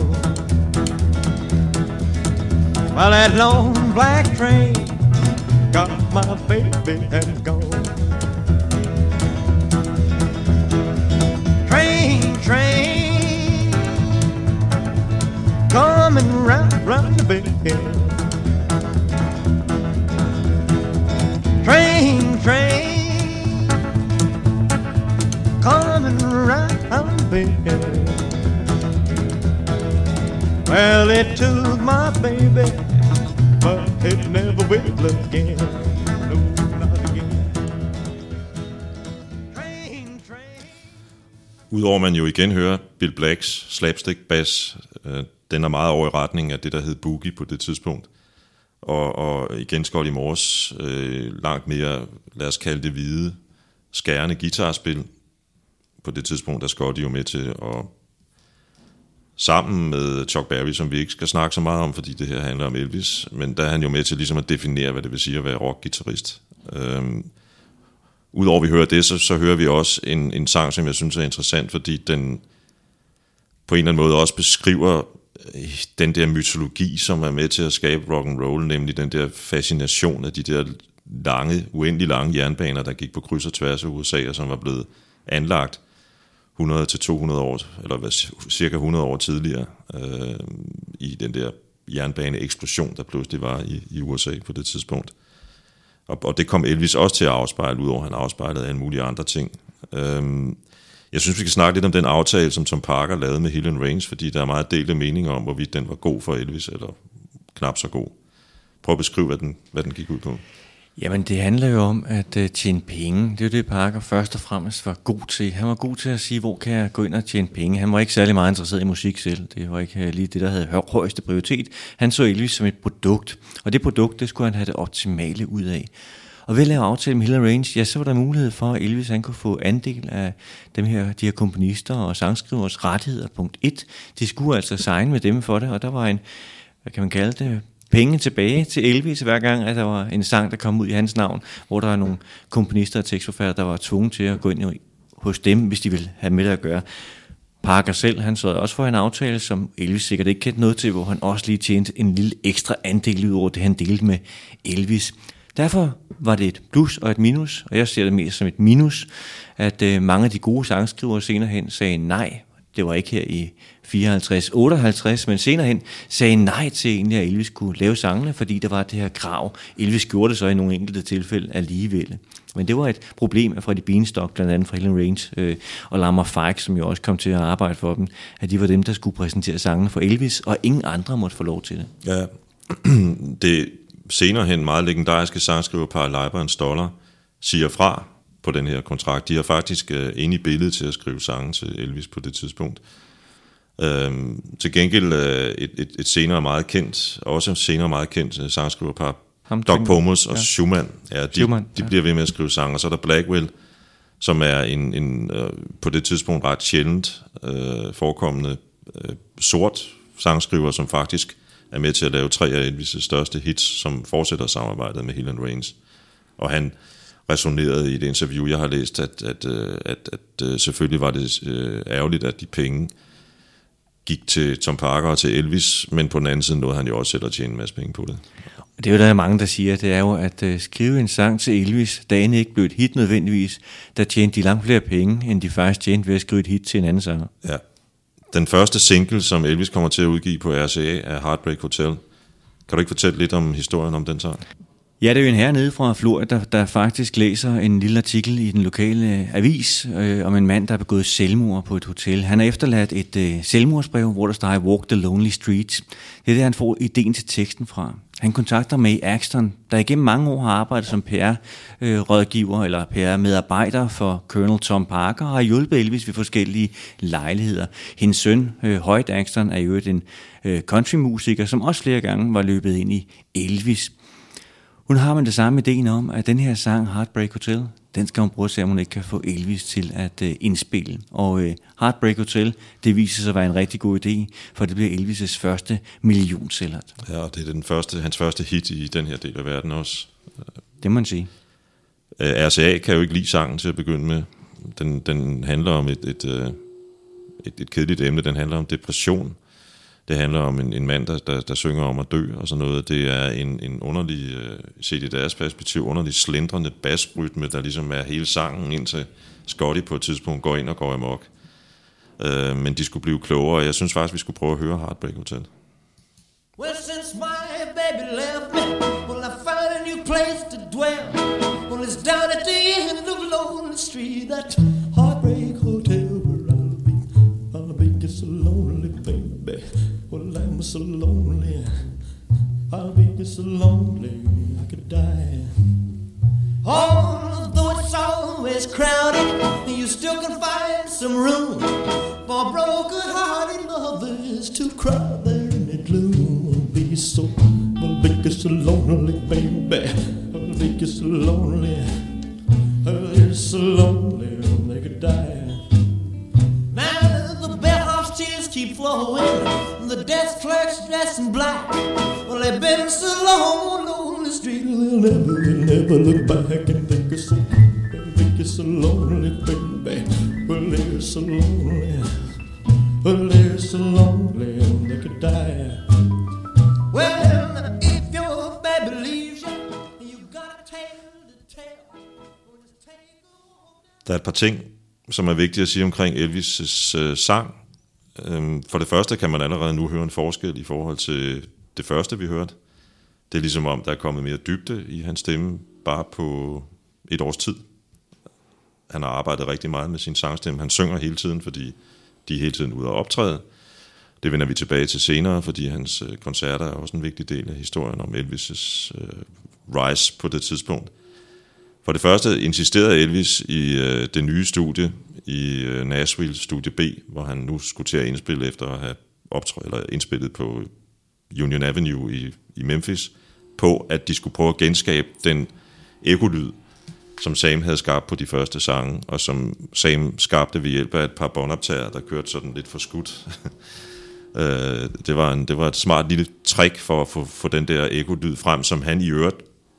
Well, that long black train got my baby and gone. Train, coming round the bend. Train, coming round the bend. Well, it took my baby, but it never will again. No, not again. Train. Udover man jo igen hører Bill Blacks slapstick bass, den er meget over i retning af det, der hed boogie på det tidspunkt. Og igen Scotty Moores langt mere, lad os kalde det hvide, skærende guitarspil. På det tidspunkt er Scotty jo med til at sammen med Chuck Berry, som vi ikke skal snakke så meget om, fordi det her handler om Elvis, men der er han jo med til ligesom at definere, hvad det vil sige at være rockguitarist. Udover at vi hører det, så hører vi også en sang, som jeg synes er interessant, fordi den på en eller anden måde også beskriver den der mytologi, som er med til at skabe rock and roll, nemlig den der fascination af de der uendelig lange jernbaner, der gik på kryds og tværs af USA, og som var blevet anlagt 100-200 år, eller cirka 100 år tidligere, i den der jernbane-eksplosion, der pludselig var i USA på det tidspunkt. Og det kom Elvis også til at afspejle, udover han afspejlede alle mulige andre ting. Jeg synes, vi kan snakke lidt om den aftale, som Tom Parker lavede med Hill and Range, fordi der er meget delte meninger om, hvorvidt den var god for Elvis, eller knap så god. Prøv at beskrive, hvad den gik ud på. Jamen, det handler jo om at tjene penge. Det er jo det, Parker først og fremmest var god til. Han var god til at sige, hvor kan jeg gå ind og tjene penge. Han var ikke særlig meget interesseret i musik selv. Det var ikke lige det, der havde højeste prioritet. Han så Elvis som et produkt, og det produkt, det skulle han have det optimale ud af. Og ved at lave aftale med Hill and Range, ja, så var der mulighed for, at Elvis han kunne få andel af de her komponister og sangskrivers rettigheder. Punkt 1. De skulle altså signe med dem for det, og der var en, hvad kan man kalde det, penge tilbage til Elvis, hver gang at der var en sang, der kom ud i hans navn, hvor der var nogle komponister og tekstforfattere, der var tvunget til at gå ind hos dem, hvis de ville have med det at gøre. Parker selv, han så også for en aftale, som Elvis sikkert ikke kendte noget til, hvor han også lige tjente en lille ekstra andel ud over det, han delte med Elvis. Derfor var det et plus og et minus, og jeg ser det mest som et minus, at mange af de gode sangskrivere senere hen sagde nej. Det var ikke her i 54-58, men senere hen sagde nej til egentlig, at Elvis kunne lave sangene, fordi der var det her krav. Elvis gjorde det så i nogle enkelte tilfælde alligevel. Men det var et problem fra de Beanstalk, blandt andet fra Hill and Range og Lamar Fike, som jo også kom til at arbejde for dem, at de var dem, der skulle præsentere sangene for Elvis, og ingen andre måtte få lov til det. Ja, det senere hen meget legendariske sangskriver Parr Leiber Stoller siger fra på den her kontrakt. De har faktisk inde i billedet til at skrive sange til Elvis på det tidspunkt. Til gengæld et senere meget kendt sangskriverpar, Doug Pomus og Schumann. Ja, de bliver ved med at skrive sange. Og så er der Blackwell, som er en på det tidspunkt ret sjældent forekommende sort sangskriver, som faktisk er med til at lave 3 af Elvis' største hits, som fortsætter samarbejdet med Hill & Raines. Og han resonerede i et interview, jeg har læst, at selvfølgelig var det ærgerligt, at de penge gik til Tom Parker og til Elvis, men på den anden side nåede han jo også selv at tjene en masse penge på det. Det er jo der mange, der siger, det er jo at skrive en sang til Elvis, da end ikke blev et hit nødvendigvis, der tjente de langt flere penge, end de faktisk tjente ved at skrive et hit til en anden sanger. Ja. Den første single, som Elvis kommer til at udgive på RCA, er Heartbreak Hotel. Kan du ikke fortælle lidt om historien om den sang? Ja, det er jo en herre nede fra Florida, der faktisk læser en lille artikel i den lokale avis om en mand, der har begået selvmord på et hotel. Han har efterladt et selvmordsbrev, hvor der står I walk the lonely streets. Det er der, han får ideen til teksten fra. Han kontakter Mae Axton, der igennem mange år har arbejdet som PR-rådgiver eller PR-medarbejder for Colonel Tom Parker og har hjulpet Elvis ved forskellige lejligheder. Hendes søn, Hoyt Axton, er jo en countrymusiker, som også flere gange var løbet ind i Elvis. Hun har man det samme ideen om, at den her sang, Heartbreak Hotel, den skal hun prøve at se, om hun ikke kan få Elvis til at indspille. Og Heartbreak Hotel, det viser sig at være en rigtig god idé, for det bliver Elvis' første millionsælger. Ja, det er hans første hit i den her del af verden også. Det må man sige. RCA kan jo ikke lide sangen til at begynde med. Den handler om et kedeligt emne, den handler om depression. Det handler om en mand, der synger om at dø og sådan noget. Det er en underlig, set i deres perspektiv, underlig slendrende basrytme, der ligesom er hele sangen, indtil Scotty på et tidspunkt går ind og går amok. Men de skulle blive klogere, og jeg synes faktisk, vi skulle prøve at høre Heartbreak Hotel. Well, since my baby left me, well, I found a new place to dwell. Well, it's down at the end of the lonely street, that Heartbreak Hotel where I'll be just so lonely, baby. Well, I'm so lonely, I'll be just so lonely, I could die. Although it's always crowded, you still can find some room for broken-hearted lovers to cry there in the gloom. I'll be just so lonely, baby. I'll be just so lonely, I'll be so lonely, they could die. Now the bellhop's tears keep flowing, the desk clerk's dressed in black. Well, they've been so long on the street, they'll never look back and think it's so lonely, baby. Well, they're so lonely, well, they're so lonely, they could die. Well, if your baby leaves you, you got a tale to tell. Der er et par ting, som er vigtige at sige omkring Elvis' sang. For det første kan man allerede nu høre en forskel i forhold til det første, vi hørte. Det er ligesom om, der er kommet mere dybde i hans stemme, bare på et års tid. Han har arbejdet rigtig meget med sin sangstemme. Han synger hele tiden, fordi de er hele tiden ude at optræde. Det vender vi tilbage til senere, fordi hans koncerter er også en vigtig del af historien om Elvis' rise på det tidspunkt. For det første insisterede Elvis i det nye studie i Nashville, Studie B, hvor han nu skulle til at indspille efter at have indspillet på Union Avenue i Memphis, på at de skulle prøve at genskabe den ekolyd, som Sam havde skabt på de første sange, og som Sam skabte ved hjælp af et par båndoptager, der kørte sådan lidt for skudt. Det var et smart lille trick for at få den der ekolyd frem, som han i øvrigt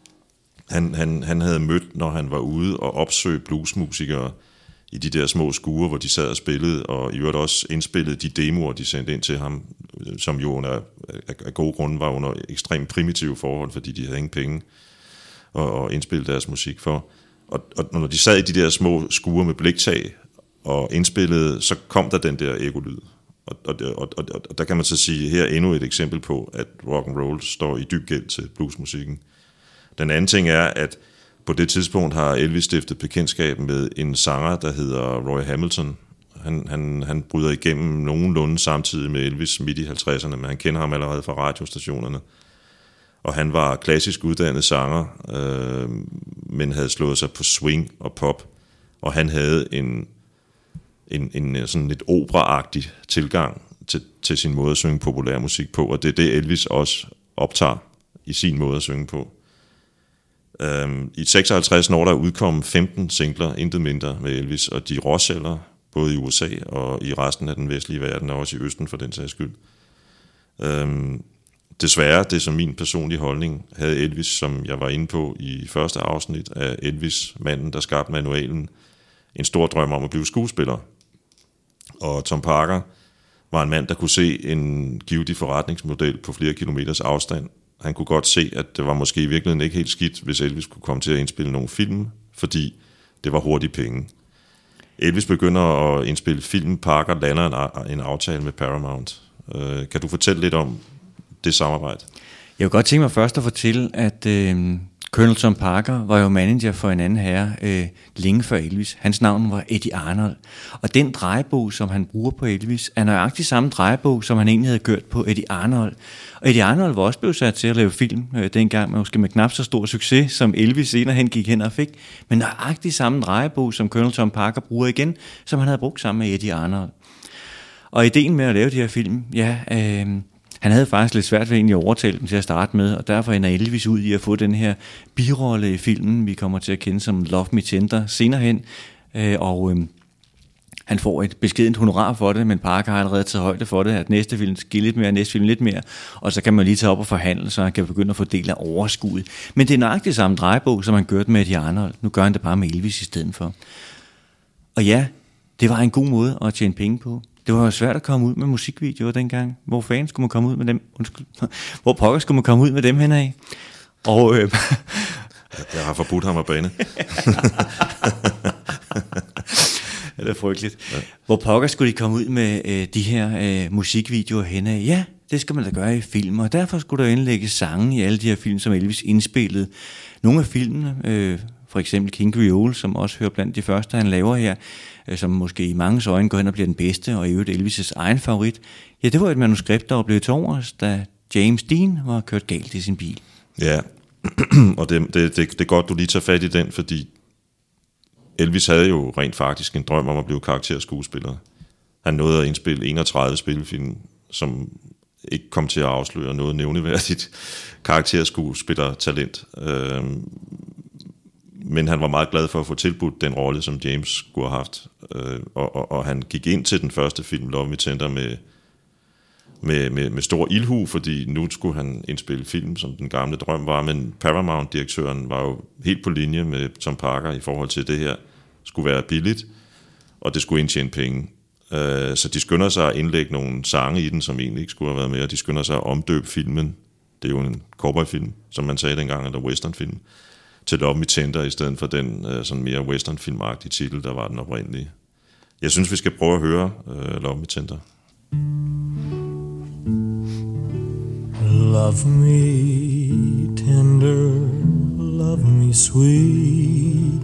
han havde mødt, når han var ude og opsøge bluesmusikere i de der små skure, hvor de sad og spillede, og i øvrigt også indspillede de demoer, de sendte ind til ham, som jo af gode grunde var under ekstremt primitive forhold, fordi de havde ingen penge at indspille deres musik for. Og når de sad i de der små skure med bliktag og indspillede, så kom der den der ekolyd. Og der kan man så sige, her endnu et eksempel på, at rock and roll står i dyb gæld til bluesmusikken. Den anden ting er, at på det tidspunkt har Elvis stiftet bekendtskab med en sanger, der hedder Roy Hamilton. Han bryder igennem nogenlunde samtidig med Elvis midt i 50'erne, men han kender ham allerede fra radiostationerne. Og han var klassisk uddannet sanger, men havde slået sig på swing og pop. og han havde en sådan lidt operaagtig tilgang til sin måde at synge populærmusik på, og det er det Elvis også optager i sin måde at synge på. I 56 når der udkom 15 singler, intet mindre med Elvis, og de råsælger både i USA og i resten af den vestlige verden, og også i Østen for den sags skyld. Desværre, det som min personlige holdning, havde Elvis, som jeg var inde på i første afsnit af Elvis, manden der skabte manualen, en stor drøm om at blive skuespiller. Og Tom Parker var en mand, der kunne se en givtig forretningsmodel på flere kilometers afstand. Han kunne godt se, at det var måske i virkeligheden ikke helt skidt, hvis Elvis kunne komme til at indspille nogle film, fordi det var hurtige penge. Elvis begynder at indspille film. Parker lander en aftale med Paramount. Kan du fortælle lidt om det samarbejde? Jeg vil godt tænke mig først at fortælle, at Colonel Tom Parker var jo manager for en anden herre længe før Elvis. Hans navn var Eddie Arnold. Og den drejebog, som han bruger på Elvis, er nøjagtig samme drejebog, som han egentlig havde kørt på Eddie Arnold. Og Eddie Arnold var også blevet sat til at lave film dengang, måske med knap så stor succes, som Elvis senere hen gik hen og fik. Men nøjagtig samme drejebog, som Colonel Tom Parker bruger igen, som han havde brugt sammen med Eddie Arnold. Og ideen med at lave de her film, han havde faktisk lidt svært ved egentlig at overtale dem til at starte med, og derfor ender Elvis ud i at få den her birolle i filmen, vi kommer til at kende som Love Me Tender senere hen, han får et beskedent honorar for det, men Parker har allerede taget højde for det, at næste film skal lidt mere, næste film lidt mere, og så kan man lige tage op og forhandle, så han kan begynde at få del af overskuddet. Men det er nøjagtigt samme drejebog, som han gjorde med Eddie Arnold. Nu gør han det bare med Elvis i stedet for. Og ja, det var en god måde at tjene penge på. Det var jo svært at komme ud med musikvideoer dengang. Hvor fanden skulle man komme ud med dem? Hvor pokker skulle man komme ud med dem henad? Og jeg har forbudt ham at bane. Det er frygteligt. Ja. Hvor pokker skulle de komme ud med de her musikvideoer henad? Ja, det skal man da gøre i film, og derfor skulle der indlægges sange i alle de her film, som Elvis indspillede. Nogle af filmene, for eksempel King Creole, som også hører blandt de første, han laver her, som måske i mange øjne går hen og bliver den bedste, og i øvrigt Elvis' egen favorit, ja, det var et manuskript, der var blevet til overs, da James Dean var kørt galt i sin bil. Ja, og det er godt, du lige tager fat i den, fordi Elvis havde jo rent faktisk en drøm om at blive karakterskuespiller. Han nåede at indspille 31 spillefilm, som ikke kom til at afsløre noget nævneværdigt karakterskuespillertalent. Men han var meget glad for at få tilbudt den rolle, som James skulle have haft. Og han gik ind til den første film, Love Me Tender, med stor ildhu, fordi nu skulle han indspille film, som den gamle drøm var. Men Paramount-direktøren var jo helt på linje med Tom Parker i forhold til, det her skulle være billigt, og det skulle indtjene penge. Så de skynder sig at indlægge nogle sange i den, som egentlig ikke skulle have været med, og de skynder sig at omdøbe filmen. Det er jo en cowboyfilm, som man sagde dengang, eller westernfilm, til Love Me Tender, i stedet for den sådan mere westernfilmagtige titel, der var den oprindelige. Jeg synes, vi skal prøve at høre Love Me Tender. Love me tender, love me sweet,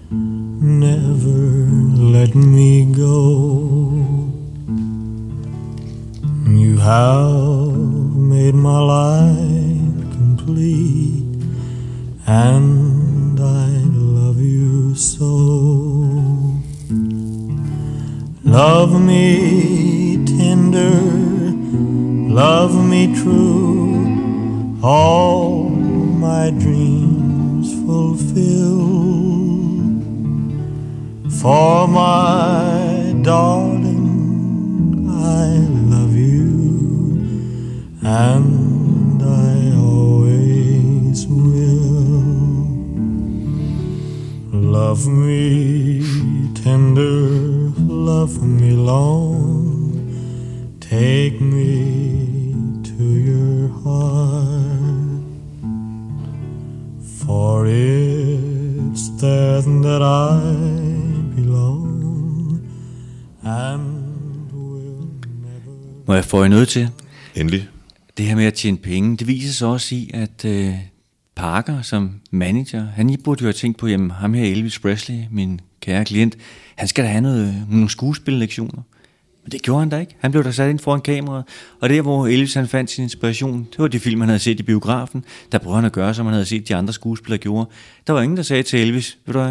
never let me go. You have made my life complete, and I love you so. Love me tender, love me true, all my dreams fulfill. For my darling, I love you, and I always will. Love me tender, love me long, take me to your heart, for it's there that I belong and will never. Må jeg få noget til? Endelig. Det her med at tjene penge, det viser sig også i, at Parker som manager, han burde jo have tænkt på, jamen ham her Elvis Presley, min kære klient, han skal da have nogle skuespillektioner. Men det gjorde han da ikke. Han blev da sat ind foran kameraet, og der hvor Elvis han fandt sin inspiration, det var de film, han havde set i biografen. Der prøvede han at gøre, som han havde set de andre skuespillere gjorde. Der var ingen, der sagde til Elvis, ved du hvad,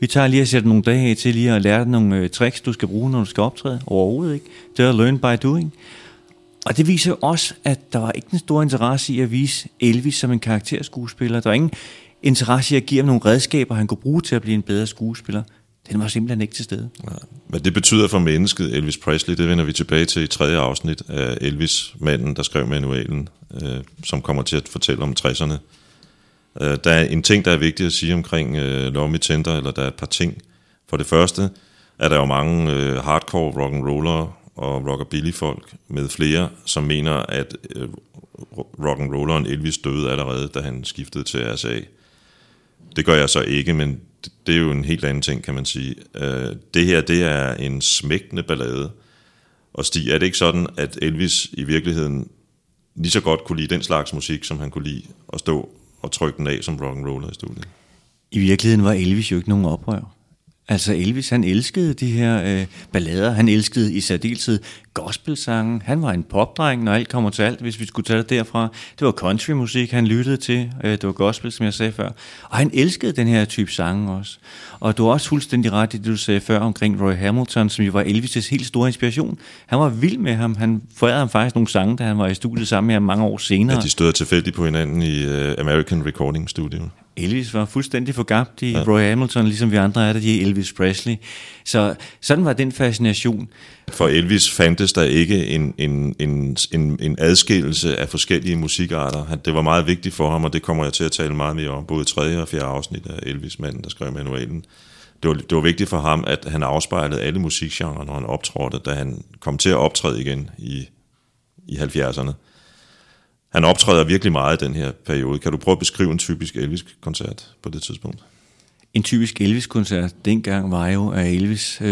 Vi tager lige at sætte nogle dage af til lige at lære dig nogle tricks, du skal bruge, når du skal optræde. Overhovedet ikke. Det er learn by doing. Og det viser jo også, at der var ikke en stor interesse i at vise Elvis som en karakterskuespiller. Der var ingen interesse i at give ham nogle redskaber, han kunne bruge til at blive en bedre skuespiller. Den var simpelthen ikke til stede. Ja. Hvad det betyder for mennesket Elvis Presley, det vender vi tilbage til i 3. afsnit af Elvis, manden, der skrev manualen, som kommer til at fortælle om 60'erne. Der er en ting, der er vigtigt at sige omkring Love Me Tender, eller der er et par ting. For det første er der jo mange hardcore rock'n'rollere og rockabilly-folk med flere, som mener, at rock'n'rolleren Elvis døde allerede, da han skiftede til RCA. Det gør jeg så ikke, men det er jo en helt anden ting, kan man sige. Det her, det er en smægtende ballade. Og Stig, er det ikke sådan, at Elvis i virkeligheden lige så godt kunne lide den slags musik, som han kunne lide at stå og trykke den af som rock'n'roller i studiet? I virkeligheden var Elvis jo ikke nogen oprør. Altså Elvis, han elskede de her ballader, han elskede i særdeleshed gospelsangen, han var en popdreng, når alt kommer til alt, hvis vi skulle tage det derfra. Det var countrymusik, han lyttede til, det var gospel, som jeg sagde før, og han elskede den her type sange også. Og du har også fuldstændig ret i det, du sagde før omkring Roy Hamilton, som jo var Elvis' helt store inspiration. Han var vild med ham, han forærede ham faktisk nogle sange, da han var i studiet sammen med ham mange år senere. Ja, de stod tilfældigt på hinanden i American Recording Studio. Elvis var fuldstændig forgabt i Roy Hamilton, ligesom vi andre er der, de er Elvis Presley. Så sådan var den fascination. For Elvis fandtes der ikke en adskillelse af forskellige musikarter. Det var meget vigtigt for ham, og det kommer jeg til at tale meget mere om, både 3. og 4. afsnit af Elvis, manden, der skrev manualen. Det var vigtigt for ham, at han afspejlede alle musikgenrer, når han optrådte, da han kom til at optræde igen i 70'erne. Han optræder virkelig meget i den her periode. Kan du prøve at beskrive en typisk Elvis-koncert på det tidspunkt? En typisk Elvis-koncert dengang var jo, at Elvis,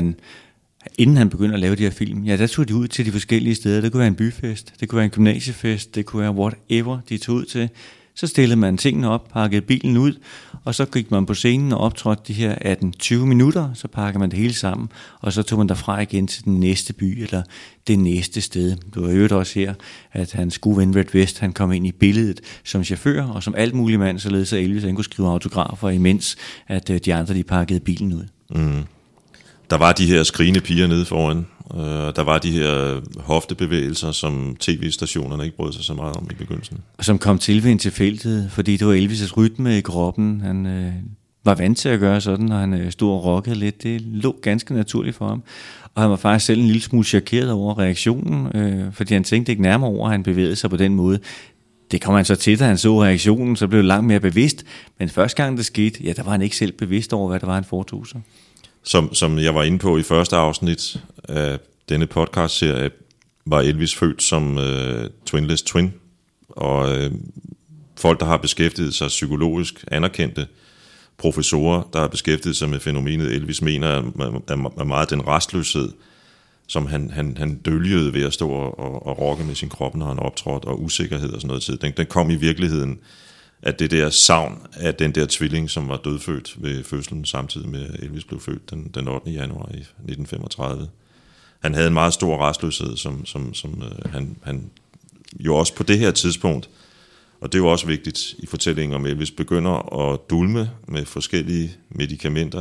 inden han begyndte at lave de her film, ja, der tog de ud til de forskellige steder. Det kunne være en byfest, det kunne være en gymnasiefest, det kunne være whatever de tog ud til. Så stillede man tingene op, pakkede bilen ud, og så gik man på scenen og optrådte de her 18-20 minutter, så pakkede man det hele sammen, og så tog man derfra igen til den næste by, eller det næste sted. Det var jo også her, at hans gode ven Red West, han kom ind i billedet som chauffør, og som alt mulig mand, således at Elvis han kunne skrive autografer, imens at de andre de pakkede bilen ud. Mm. Der var de her skrigende piger nede foran. Der var de her hoftebevægelser, som tv-stationerne ikke brød sig så meget om i begyndelsen. Som kom til ved en tilfældighed, fordi det var Elvis' rytme i kroppen. Han var vant til at gøre sådan, når han stod og rockede lidt. Det lå ganske naturligt for ham. Og han var faktisk selv en lille smule chokeret over reaktionen, fordi han tænkte ikke nærmere over, at han bevægede sig på den måde. Det kom han så til, da han så reaktionen, så blev det langt mere bevidst. Men første gang det skete, ja, der var han ikke selv bevidst over, hvad det var, han foretog sig. Som jeg var inde på i første afsnit af denne podcast-serie, var Elvis født som twinless twin, og folk, der har beskæftiget sig psykologisk, anerkendte professorer, der har beskæftiget sig med fænomenet Elvis, mener at meget den restløshed, som han dølgede ved at stå og rocke med sin krop, når han optrådte, og usikkerhed og sådan noget tid. Den kom i virkeligheden at det der savn af den der tvilling, som var dødfødt ved fødslen, samtidig med Elvis blev født den 8. januar i 1935. Han havde en meget stor rastløshed, som han jo også på det her tidspunkt, og det er jo også vigtigt i fortællingen om Elvis, begynder at dulme med forskellige medicamenter,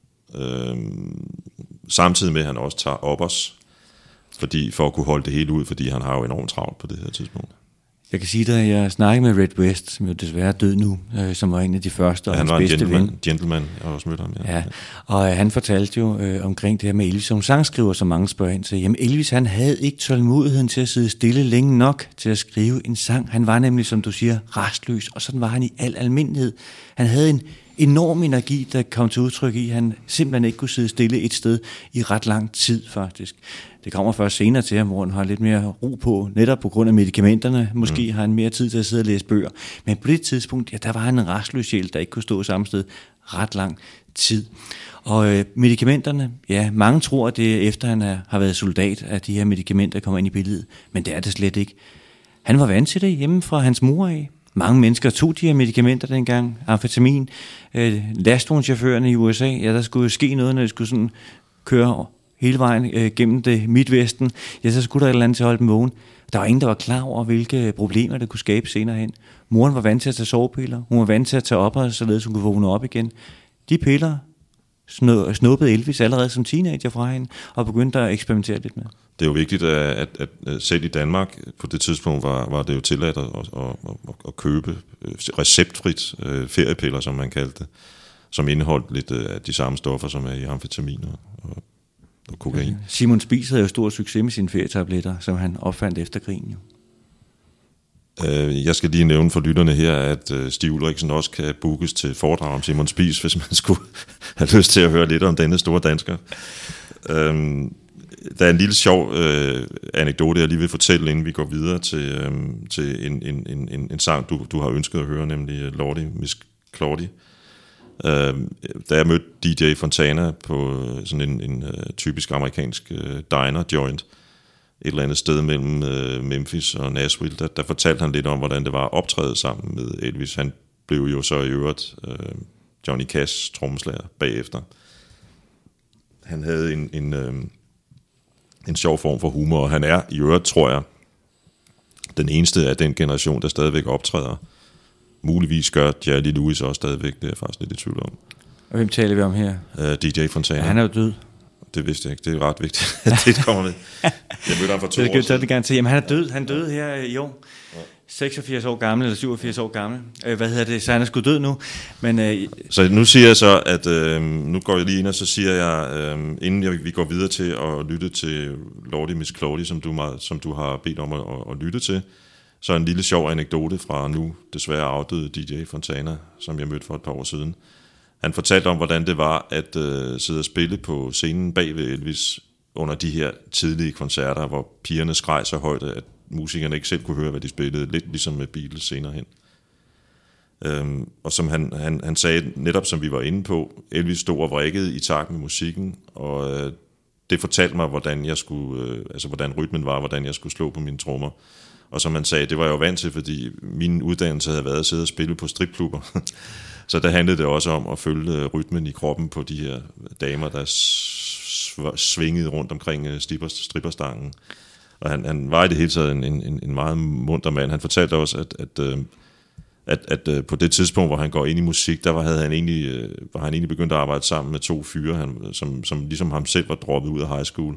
samtidig med at han også tager oppers, for at kunne holde det hele ud, fordi han har jo enormt travlt på det her tidspunkt. Jeg kan sige dig, at jeg snakkede med Red West, som jo desværre er død nu, som var en af de første og hans bedste ven. Han var en gentleman, jeg har også mødt ham. Ja. Og han fortalte jo omkring det her med Elvis som sangskriver, som mange spørger ind til. Jamen Elvis, han havde ikke tålmodigheden til at sidde stille længe nok til at skrive en sang. Han var nemlig, som du siger, rastløs, og sådan var han i al almindelighed. Han havde en enorm energi, der kom til udtryk i, at han simpelthen ikke kunne sidde stille et sted i ret lang tid, faktisk. Det kommer først senere til ham, hvor han har lidt mere ro på, netop på grund af medikamenterne. Måske har han mere tid til at sidde og læse bøger. Men på det tidspunkt, ja, der var han en rastløs sjæl, der ikke kunne stå samme sted ret lang tid. Og medicamenterne, ja, mange tror, at det er efter han har været soldat, at de her medicamenter kommer ind i billedet. Men det er det slet ikke. Han var vant til det hjemme fra hans mor af. Mange mennesker tog de her medicamenter dengang, amfetamin. Lastvognschaufførerne i USA, ja, der skulle jo ske noget, når de skulle sådan køre hele vejen gennem det Midtvesten. Ja, så skulle der et eller andet til at holde dem vågen. Der var ingen, der var klar over, hvilke problemer det kunne skabe senere hen. Moren var vant til at tage sovepiller. Hun var vant til at tage op, således hun kunne vågne op igen. De piller snuppede Elvis allerede som teenager fra hende, og begyndte at eksperimentere lidt med. Det er jo vigtigt, at selv i Danmark, på det tidspunkt var det jo tilladt at købe receptfrit feriepiller, som man kaldte det, som indeholdt lidt af de samme stoffer, som er i amfetamin og kokain. Simon Spies havde jo stor succes med sine ferietabletter, som han opfandt efter krigen. Jo. Jeg skal lige nævne for lytterne her, at Stig Ulriksen også kan bookes til foredrag om Simon Spies, hvis man skulle have lyst til at høre lidt om denne store dansker. Der er en lille sjov anekdote, jeg lige vil fortælle, inden vi går videre til en sang, du har ønsket at høre, nemlig Lordy Miss Claudy. Da jeg mødte DJ Fontana på sådan en typisk amerikansk diner joint, et eller andet sted mellem Memphis og Nashville, der fortalte han lidt om, hvordan det var at optræde sammen med Elvis. Han blev jo så i øvrigt Johnny Cash trommeslager bagefter. Han havde en sjov form for humor, og han er i øvrigt, tror jeg, den eneste af den generation, der stadigvæk optræder. Muligvis gør Jerry Lee Lewis også stadigvæk, det er jeg faktisk lidt i tvivl om. Og hvem taler vi om her? DJ Fontana. Ja, han er jo død. Det vidste jeg ikke, det er ret vigtigt, at det kommer med. Jeg mødte ham for 2 år siden. Det gerne til. Jamen, han døde her i år. 86 år gammel, eller 87 år gammel. Så han er sgu død nu. Men, Så nu siger jeg så, at nu går jeg lige ind, og så siger jeg, inden vi går videre til at lytte til Lordy Miss Claudy, som du har bedt om at lytte til, så en lille sjov anekdote fra nu desværre afdøde DJ Fontana, som jeg mødte for et par år siden. Han fortalte om, hvordan det var at sidde og spille på scenen bag ved Elvis under de her tidlige koncerter, hvor pigerne skreg så højt, at musikerne ikke selv kunne høre, hvad de spillede. Lidt ligesom med Beatles senere hen. Og som han sagde, netop som vi var inde på, Elvis stod og vrikkede i takt med musikken, og det fortalte mig, hvordan jeg skulle, hvordan rytmen var, hvordan jeg skulle slå på mine trommer. Og som han sagde, det var jeg jo vant til, fordi min uddannelse havde været at sidde og spille på stripklubber. Så der handlede det også om at følge rytmen i kroppen på de her damer, der svingede rundt omkring stripperstangen. Og han var i det hele taget en meget munter mand. Han fortalte også, at på det tidspunkt, hvor han går ind i musik, der var han egentlig begyndt at arbejde sammen med 2 fyre, som ligesom ham selv var droppet ud af high school,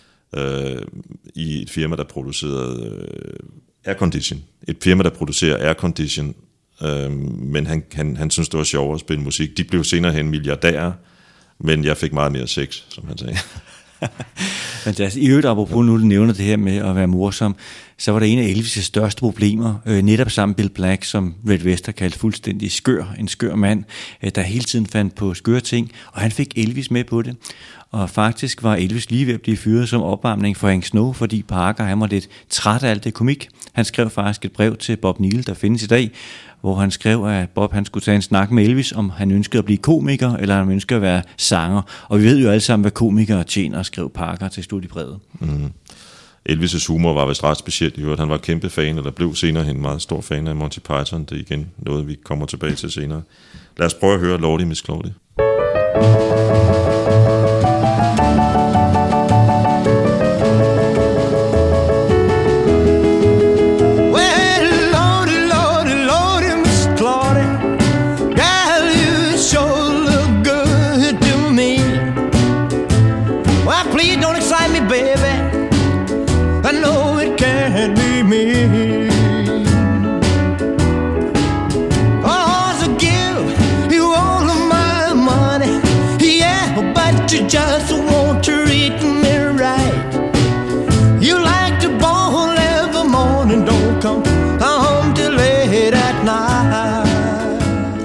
i et firma, der producerede aircondition. Et firma, der producerer aircondition, men han synes, det var sjovere at spille musik. De blev senere hen milliardærer, men jeg fik meget mere sex, som han sagde. Fantastisk. I øvrigt, apropos nu, du nævner det her med at være morsom, så var det en af Elvis' største problemer, netop sammen Bill Black, som Red West har kaldt fuldstændig en skør mand, der hele tiden fandt på skøre ting, og han fik Elvis med på det. Og faktisk var Elvis lige ved at blive fyret som opvarmning for Hank Snow, fordi Parker, han var lidt træt af alt det komik. Han skrev faktisk et brev til Bob Neal, der findes i dag, hvor han skrev, at Bob han skulle tage en snak med Elvis, om han ønskede at blive komiker, eller han ønskede at være sanger. Og vi ved jo alle sammen, hvad komikere tjener, skrev Parker til slut i brevet. Mm. Elvis' humor var vist ret specielt. Han var kæmpe fan, eller blev senere en meget stor fan af Monty Python. Det er igen noget, vi kommer tilbage til senere. Lad os prøve at høre Lordy Miss Claudy. Just want to treat me right. You like to ball every morning, don't come home till late at night.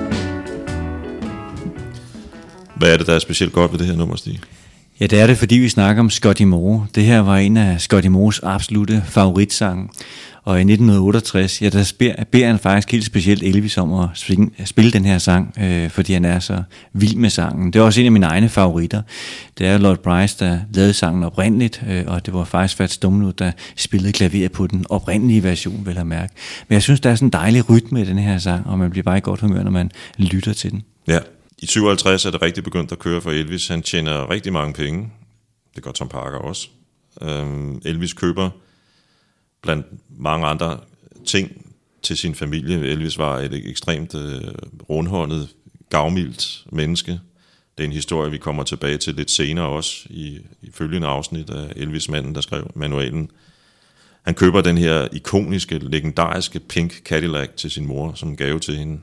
Hvad er det, der er specielt godt ved det her nummer, Stig? Ja, det er det, fordi vi snakker om Scotty Moore. Det her var en af Scotty Moores absolutte favoritsange. Og i 1968, der beder han faktisk helt specielt Elvis om at spille den her sang, fordi han er så vild med sangen. Det er også en af mine egne favoritter. Det er Lloyd Price, der lavede sangen oprindeligt, og det var faktisk Fats Domino, der spillede klaver på den oprindelige version, vil jeg mærke. Men jeg synes, der er sådan en dejlig rytme i den her sang, og man bliver bare i godt humør, når man lytter til den. Ja, i 57 er det rigtig begyndt at køre for Elvis. Han tjener rigtig mange penge. Det gør Tom Parker også. Elvis køber blandt mange andre ting til sin familie. Elvis var et ekstremt rundhåndet, gavmildt menneske. Det er en historie, vi kommer tilbage til lidt senere også, i følgende afsnit af Elvis-manden, der skrev manualen. Han køber den her ikoniske, legendariske pink Cadillac til sin mor, som gave til hende.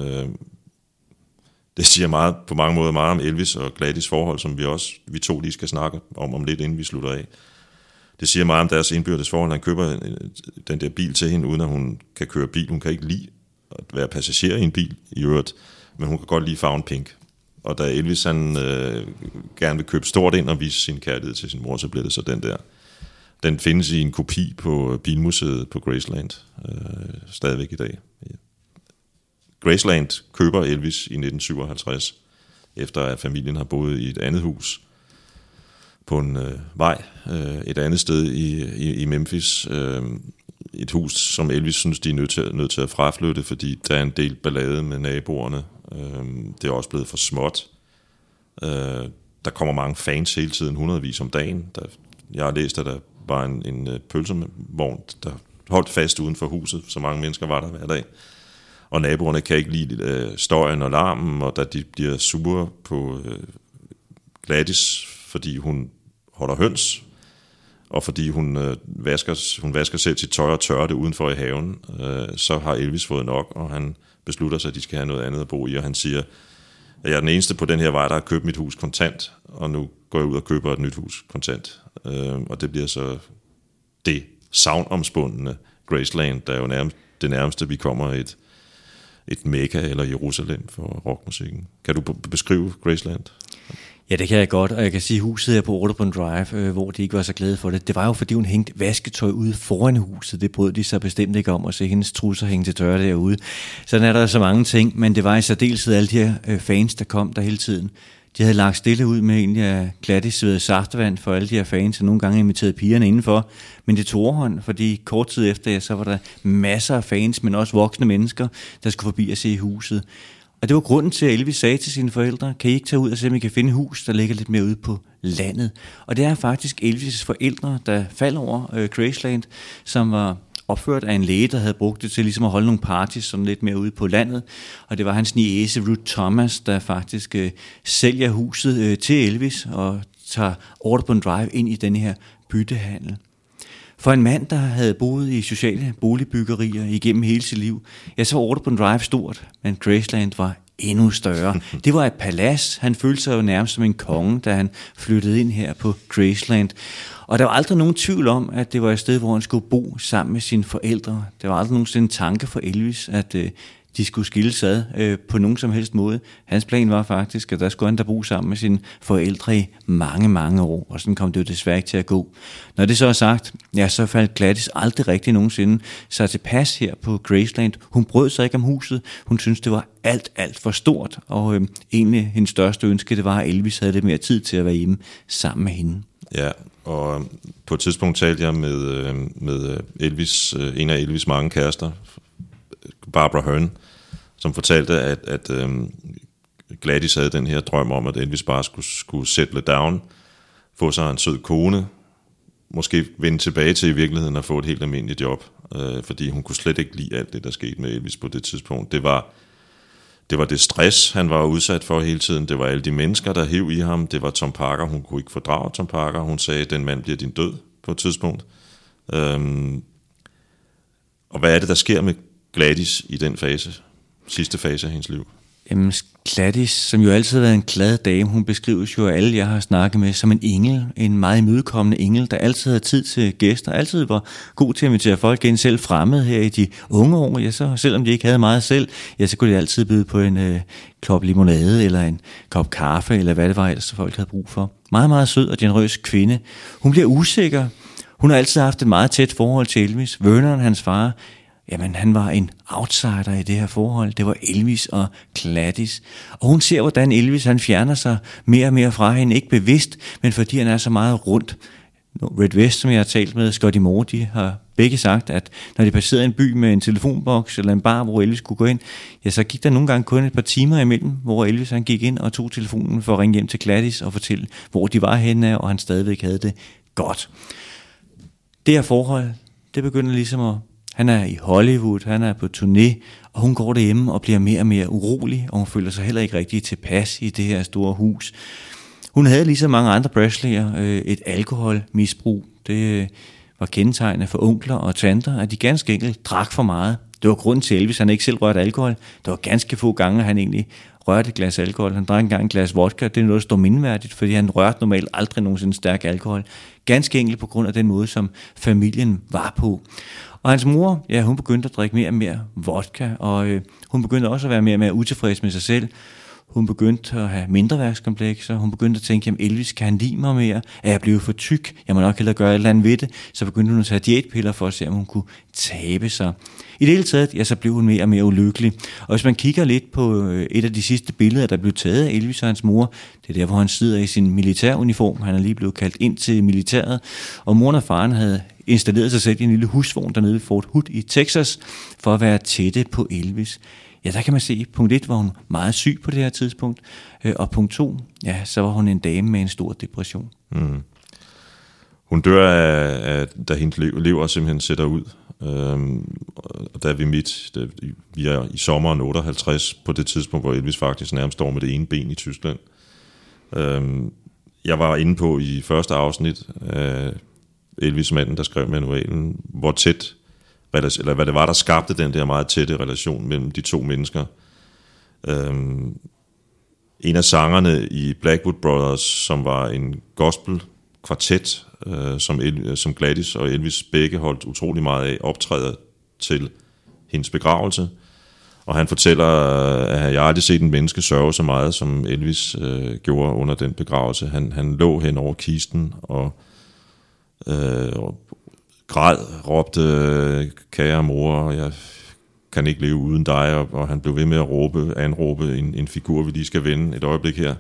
Det siger meget, på mange måder meget om Elvis og Gladys forhold, som vi to lige skal snakke om lidt, inden vi slutter af. Det siger meget om deres indbyrdes forhold. Han køber den der bil til hende, uden at hun kan køre bil. Hun kan ikke lide at være passager i en bil i øvrigt, men hun kan godt lide farven pink. Og da Elvis han gerne vil købe stort ind og vise sin kærlighed til sin mor, så bliver det så den der. Den findes i en kopi på Bilmuseet på Graceland stadigvæk i dag. Graceland køber Elvis i 1957, efter at familien har boet i et andet hus på en vej et andet sted i Memphis. Et hus, som Elvis synes, de er nødt til at fraflytte, fordi der er en del ballade med naboerne. Det er også blevet for småt. Der kommer mange fans hele tiden, hundredvis om dagen. Jeg har læst, at der var en pølsevogn, der holdt fast uden for huset. Så mange mennesker var der hver dag. Og naboerne kan ikke lide støjen og larmen, og da de bliver sure på Gladys, fordi hun holder høns, og fordi hun vasker selv sit tøj og tørrer det udenfor i haven, så har Elvis fået nok, og han beslutter sig, at de skal have noget andet at bo i, og han siger, at jeg er den eneste på den her vej, der har købt mit hus kontant, og nu går jeg ud og køber et nyt hus kontant. Og det bliver så det savnomspundne Graceland, der er jo det nærmeste, vi kommer et Mekka eller Jerusalem for rockmusikken. Kan du beskrive Graceland? Ja, det kan jeg godt, og jeg kan sige, at huset her på Audubon Drive, hvor de ikke var så glade for det, det var jo fordi hun hængte vasketøj ude foran huset. Det brød de så bestemt ikke om at se hendes trusser hænge til tørre derude. Sådan er der så mange ting, men det var i særdeleshed alle de her fans, der kom der hele tiden. De havde lagt stille ud med egentlig at Gladys ved saftevand for alle de her fans, og nogle gange inviterede pigerne indenfor. Men det tog overhånd, fordi kort tid efter, så var der masser af fans, men også voksne mennesker, der skulle forbi at se huset. Og det var grunden til, at Elvis sagde til sine forældre, kan I ikke tage ud og se, om I kan finde et hus, der ligger lidt mere ude på landet. Og det er faktisk Elvis' forældre, der falder over Graceland, som var opført af en læge, der havde brugt det til ligesom at holde nogle parties sådan lidt mere ude på landet. Og det var hans niece Ruth Thomas, der faktisk sælger huset til Elvis og tager Audubon Drive ind i den her byttehandel. For en mand, der havde boet i sociale boligbyggerier igennem hele sit liv, ja, så var Audubon Drive stort, men Graceland var endnu større. Det var et palads. Han følte sig jo nærmest som en konge, da han flyttede ind her på Graceland. Og der var aldrig nogen tvivl om, at det var et sted, hvor han skulle bo sammen med sine forældre. Der var aldrig nogensinde en tanke for Elvis, at de skulle skilles ad på nogen som helst måde. Hans plan var faktisk, at der skulle han da bo sammen med sine forældre i mange, mange år, og sådan kom det jo desværre ikke til at gå. Når det så er sagt, ja, så faldt Gladys aldrig rigtig nogensinde sig tilpas her på Graceland. Hun brød sig ikke om huset. Hun syntes, det var alt for stort, og egentlig hendes største ønske, det var, at Elvis havde lidt mere tid til at være hjemme sammen med hende. Ja, og på et tidspunkt talte jeg med Elvis, en af Elvis' mange kærester, Barbara Hearn, som fortalte, at Gladys havde den her drøm om, at Elvis bare skulle settle down, få sig en sød kone, måske vende tilbage til i virkeligheden og få et helt almindeligt job, fordi hun kunne slet ikke lide alt det, der skete med Elvis på det tidspunkt. Det var det stress, han var udsat for hele tiden. Det var alle de mennesker, der hev i ham. Det var Tom Parker. Hun kunne ikke fordrage Tom Parker. Hun sagde, den mand bliver din død på et tidspunkt. Og hvad er det, der sker med Gladys i den sidste fase af hendes liv? Jamen, Gladys, som jo altid har været en glad dame, hun beskrives jo af alle, jeg har snakket med, som en engel, en meget imødekommende engel, der altid havde tid til gæster, altid var god til at invitere folk ind, selv fremmede her i de unge år, ja, så selvom de ikke havde meget selv, ja, så kunne de altid byde på en kop limonade, eller en kop kaffe, eller hvad det var ellers, folk havde brug for. Meget, meget sød og generøs kvinde. Hun bliver usikker. Hun har altid haft et meget tæt forhold til Elvis. Vernon, hans far, jamen, han var en outsider i det her forhold. Det var Elvis og Gladys. Og hun ser, hvordan Elvis han fjerner sig mere og mere fra hende. Ikke bevidst, men fordi han er så meget rundt. Red West, som jeg har talt med, Scotty Moore, de har begge sagt, at når de passerede en by med en telefonboks eller en bar, hvor Elvis kunne gå ind, ja, så gik der nogle gange kun et par timer imellem, hvor Elvis han gik ind og tog telefonen for at ringe hjem til Gladys og fortælle, hvor de var henne, og han stadigvæk havde det godt. Det her forhold, det begynder ligesom at Han er i Hollywood, han er på turné, og hun går derhjemme og bliver mere og mere urolig, og hun føler sig heller ikke rigtig tilpas i det her store hus. Hun havde ligesom mange andre Presleyer et alkoholmisbrug. Det var kendetegnende for onkler og tanter, at de ganske enkelt drak for meget. Det var grunden til Elvis, han ikke selv rørte alkohol. Der var ganske få gange, han egentlig rørte et glas alkohol. Han drak engang et glas vodka. Det er noget, der står mindeværdigt, fordi han rørte normalt aldrig nogensinde stærk alkohol. Ganske enkelt på grund af den måde, som familien var på. Og hans mor, ja, hun begyndte at drikke mere og mere vodka, og hun begyndte også at være mere og mere utilfreds med sig selv. Hun begyndte at have mindreværdskomplekser. Hun begyndte at tænke, jamen Elvis, kan han lide mig mere? Er jeg blevet for tyk? Jeg må nok hellere gøre et eller andet ved det. Så begyndte hun at tage diætpiller for at se, om hun kunne tabe sig. I det hele taget, ja, så blev hun mere og mere ulykkelig. Og hvis man kigger lidt på et af de sidste billeder, der blev taget af Elvis og hans mor, det er der, hvor han sidder i sin militæruniform. Han er lige blevet kaldt ind til militæret. Og moren og faren havde installeret sig selv i en lille husvogn dernede ved Fort Hood i Texas, for at være tætte på Elvis. Ja, der kan man se, punkt 1 var hun meget syg på det her tidspunkt, og punkt 2, ja, så var hun en dame med en stor depression. Mm. Hun dør af da hendes lever simpelthen sætter ud. Og der er vi er i sommeren 58, på det tidspunkt, hvor Elvis faktisk nærmest står med det ene ben i Tyskland. Jeg var inde på i første afsnit af Elvis, manden, der skrev manualen, hvor tæt, eller hvad det var, der skabte den der meget tætte relation mellem de to mennesker. En af sangerne i Blackwood Brothers, som var en gospel-kvartet, som Gladys og Elvis begge holdt utrolig meget af, optræder til hendes begravelse. Og han fortæller, at jeg aldrig set en menneske sørge så meget, som Elvis gjorde under den begravelse. Han lå hen over kisten og græd, råbte, kære mor, jeg kan ikke leve uden dig, og han blev ved med at anråbe en figur, vi lige skal vende et øjeblik her.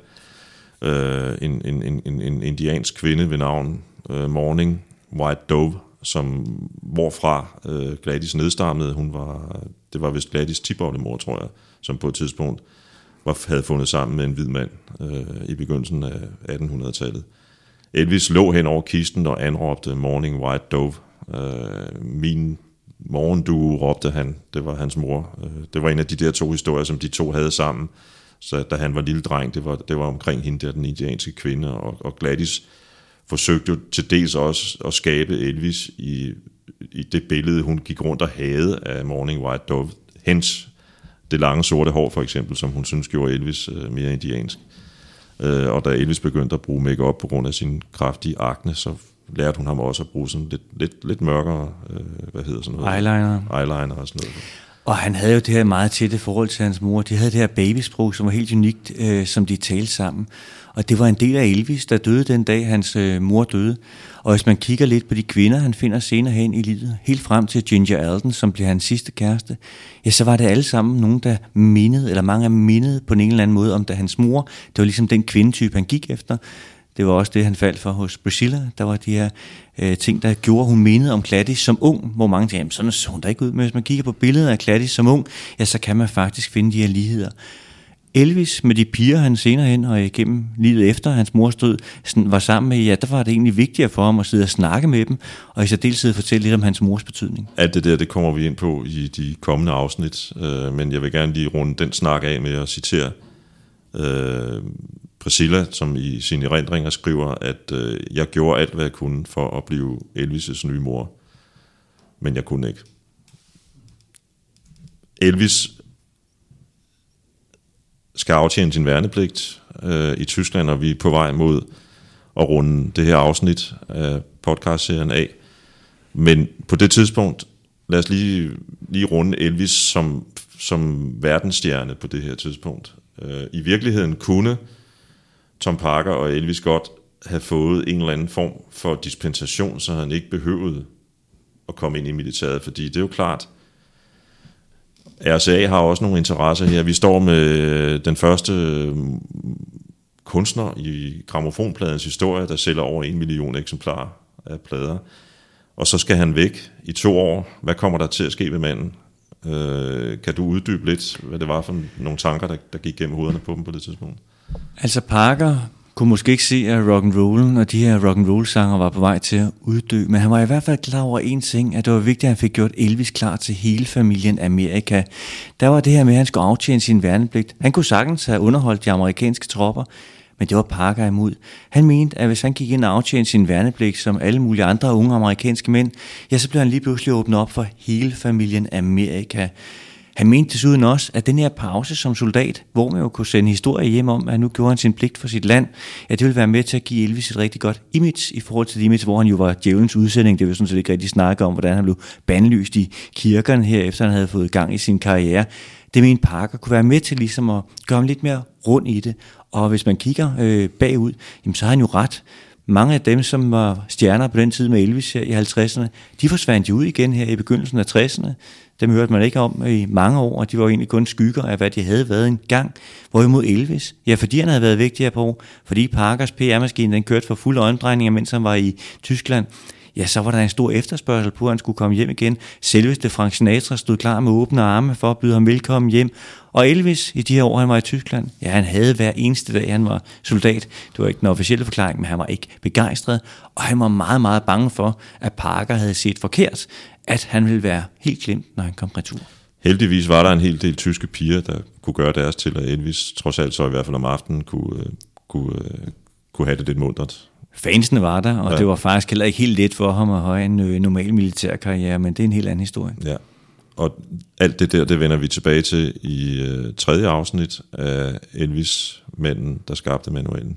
En indiansk kvinde ved navn Morning White Dove, hvorfra Gladys nedstammede. Det var vist Gladys tipoldemor, tror jeg, som på et tidspunkt havde fundet sammen med en hvid mand i begyndelsen af 1800-tallet. Elvis lå hen over kisten og anråbte Morning White Dove. Min morgendue, råbte han. Det var hans mor. Det var en af de der to historier, som de to havde sammen. Så da han var lille dreng, det var omkring hende der, den indianske kvinde. Og Gladys forsøgte jo til dels også at skabe Elvis i det billede, hun gik rundt og havde af Morning White Dove. Hens det lange sorte hår, for eksempel, som hun synes gjorde Elvis mere indiansk. Og da Elvis begyndte at bruge make-up på grund af sin kraftige akne, så lærte hun ham også at bruge sådan lidt mørkere, eyeliner og sådan noget. Og han havde jo det her meget tætte forhold til hans mor. De havde det her babysprog, som var helt unikt, som de talte sammen. Og det var en del af Elvis, der døde den dag, hans mor døde. Og hvis man kigger lidt på de kvinder, han finder senere hen i livet, helt frem til Ginger Alden, som blev hans sidste kæreste, ja, så var det alle sammen nogen, der mindede, eller mange af mindede på en eller anden måde om, da hans mor, det var ligesom den kvindetype, han gik efter. Det var også det, han faldt for hos Priscilla. Der var de her ting, der gjorde, hun mindede om Gladys som ung, hvor mange tænkte, sådan så hun der ikke ud. Men hvis man kigger på billeder af Gladys som ung, ja, så kan man faktisk finde de her ligheder. Elvis med de piger, han senere hen og igennem livet efter hans mors død var sammen med, ja, der var det egentlig vigtigere for ham at sidde og snakke med dem, og i særdeleshed fortælle lidt om hans mors betydning. Alt det der, det kommer vi ind på i de kommende afsnit, men jeg vil gerne lige runde den snak af med at citere Priscilla, som i sine erindringer skriver, at jeg gjorde alt, hvad jeg kunne for at blive Elvis' nye mor, men jeg kunne ikke. Elvis skal aftjene sin værnepligt i Tyskland, og vi er på vej mod at runde det her afsnit af podcastserien af. Men på det tidspunkt, lad os lige runde Elvis som verdensstjerne på det her tidspunkt. I virkeligheden kunne Tom Parker og Elvis godt have fået en eller anden form for dispensation, så han ikke behøvede at komme ind i militæret, fordi det er jo klart, RCA har også nogle interesser her. Vi står med den første kunstner i grammofonpladens historie, der sælger over 1 million eksemplarer af plader. Og så skal han væk i 2 år. Hvad kommer der til at ske med manden? Kan du uddybe lidt, hvad det var for nogle tanker, der gik gennem hovederne på dem på det tidspunkt? Altså Parker kunne måske ikke se, at rock'n'rollen og de her rock'n'roll-sanger var på vej til at uddø, men han var i hvert fald klar over en ting, at det var vigtigt, at han fik gjort Elvis klar til hele familien Amerika. Der var det her med, at han skulle aftjene sin værnepligt. Han kunne sagtens have underholdt de amerikanske tropper, men det var Parker imod. Han mente, at hvis han gik ind og aftjente sin værnepligt som alle mulige andre unge amerikanske mænd, ja, så blev han lige pludselig åbnet op for hele familien Amerika. Han mente desuden også, at den her pause som soldat, hvor man jo kunne sende historie hjem om, at nu gjorde han sin pligt for sit land, ja, det ville være med til at give Elvis et rigtig godt image i forhold til det image, hvor han jo var djævelens udsending. Det var sådan set ikke rigtig snakke om, hvordan han blev bandlyst i kirkerne her, efter han havde fået gang i sin karriere. Det mente Parker kunne være med til ligesom at gøre ham lidt mere rund i det. Og hvis man kigger bagud, jamen, så har han jo ret. Mange af dem, som var stjerner på den tid med Elvis her i 50'erne, de forsvandt jo ud igen her i begyndelsen af 60'erne. Dem hørte man ikke om i mange år, og de var jo egentlig kun skygger af, hvad de havde været en gang. Hvorimod Elvis, ja, fordi han havde været vigtig her på år, fordi Parkers PR-maskine, den kørte for fulde øjendrejninger, mens han var i Tyskland, ja, så var der en stor efterspørgsel på, at han skulle komme hjem igen. Selveste Frank Sinatra stod klar med åbne arme for at byde ham velkommen hjem. Og Elvis, i de her år, han var i Tyskland, ja, han havde hver eneste dag, han var soldat. Det var ikke den officielle forklaring, men han var ikke begejstret. Og han var meget, meget bange for, at Parker havde set forkert, at han ville være helt glemt, når han kom retur. Heldigvis var der en hel del tyske piger, der kunne gøre deres til, at Elvis trods alt så i hvert fald om aftenen kunne have det lidt muntert. Fansene var der, og det var faktisk heller ikke helt let for ham at have en normal militærkarriere, men det er en helt anden historie. Ja, og alt det der, det vender vi tilbage til i tredje afsnit af Elvis, manden, der skabte manualen.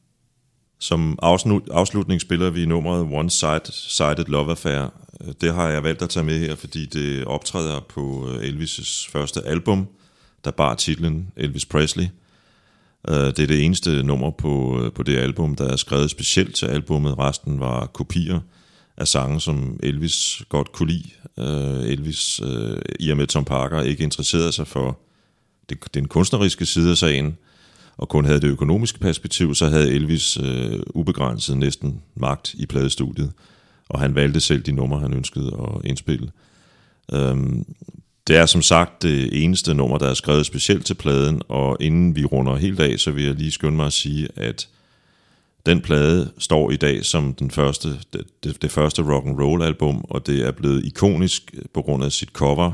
Som afslutning spiller vi nummeret One-Sided Love Affair. Det har jeg valgt at tage med her, fordi det optræder på Elvis' første album, der bar titlen Elvis Presley. Det er det eneste nummer på det album, der er skrevet specielt til albummet. Resten var kopier af sange, som Elvis godt kunne lide. Elvis, i og med Tom Parker, ikke interesserede sig for den kunstneriske side af sagen, og kun havde det økonomiske perspektiv, så havde Elvis ubegrænset næsten magt i pladestudiet, og han valgte selv de numre, han ønskede at indspille. Det er som sagt det eneste nummer, der er skrevet specielt til pladen, og inden vi runder helt af, så vil jeg lige skynde mig at sige, at den plade står i dag som det første rock'n'roll album, og det er blevet ikonisk på grund af sit cover.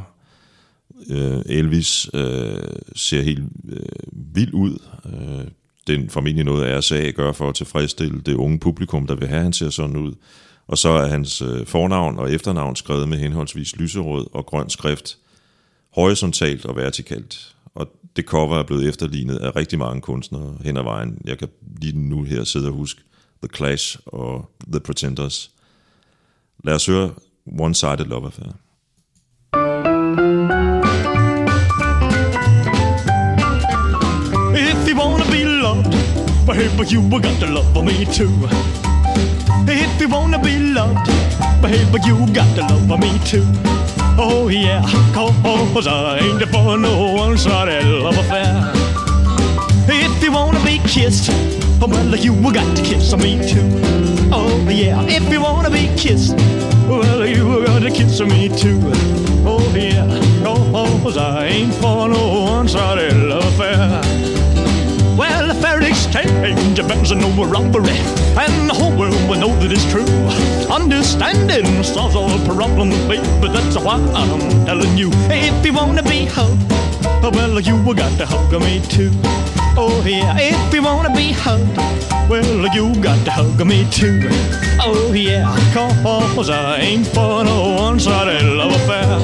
Elvis ser helt vild ud. Det er formentlig noget RSA gør for at tilfredsstille det unge publikum, der vil have, han ser sådan ud. Og så er hans fornavn og efternavn skrevet med henholdsvis lyserød og grøn skrift, horisontalt og vertikalt. Og det cover er blevet efterlignet af rigtig mange kunstnere hen ad vejen. Jeg kan lige nu her sidde og huske The Clash og The Pretenders. Lad os høre One-Sided Love Affair. If you wanna be loved, baby, you got to love me too. If you wanna be loved, baby, you got to love me too. Oh yeah, 'cause I ain't for no one-sided love affair. If you wanna be kissed, well, you got to kiss me too. Oh yeah, if you wanna be kissed, well, you got to kiss me too. Oh yeah, 'cause I ain't for no one-sided love affair. Well, a fair exchange of no robbery, and the whole world will know that it's true. Understanding solves all problems, baby, that's why I'm telling you. If you wanna be hugged, well, you got to hug me too. Oh yeah, if you wanna be hugged, well, you got to hug me too. Oh yeah, 'cause I ain't for no one-sided love affair.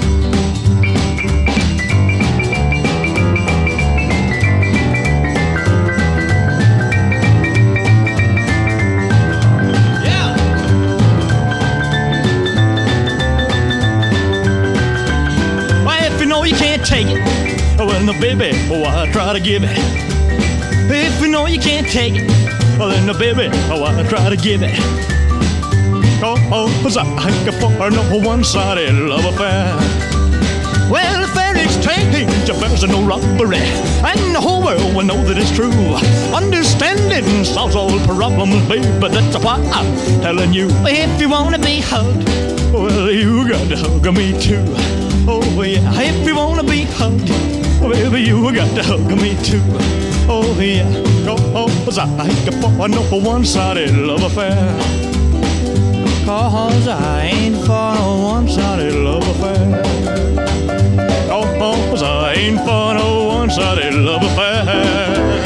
You can't take it, well, no, baby, why try to give it? If you know you can't take it, well, then, no, baby, why try to give it? 'Cause I ain't for no one-sided love affair. Well, a fair exchange affairs are no robbery, and the whole world will know that it's true. Understanding solves all problems, baby, that's why I'm telling you. If you wanna be hugged, well, you got to hug me too. Oh yeah, if you wanna be hugged, baby, you got to hug me too. Oh yeah, cause I ain't for no one-sided love affair. Cause I ain't for no one-sided love affair. Cause I ain't for no one-sided love affair.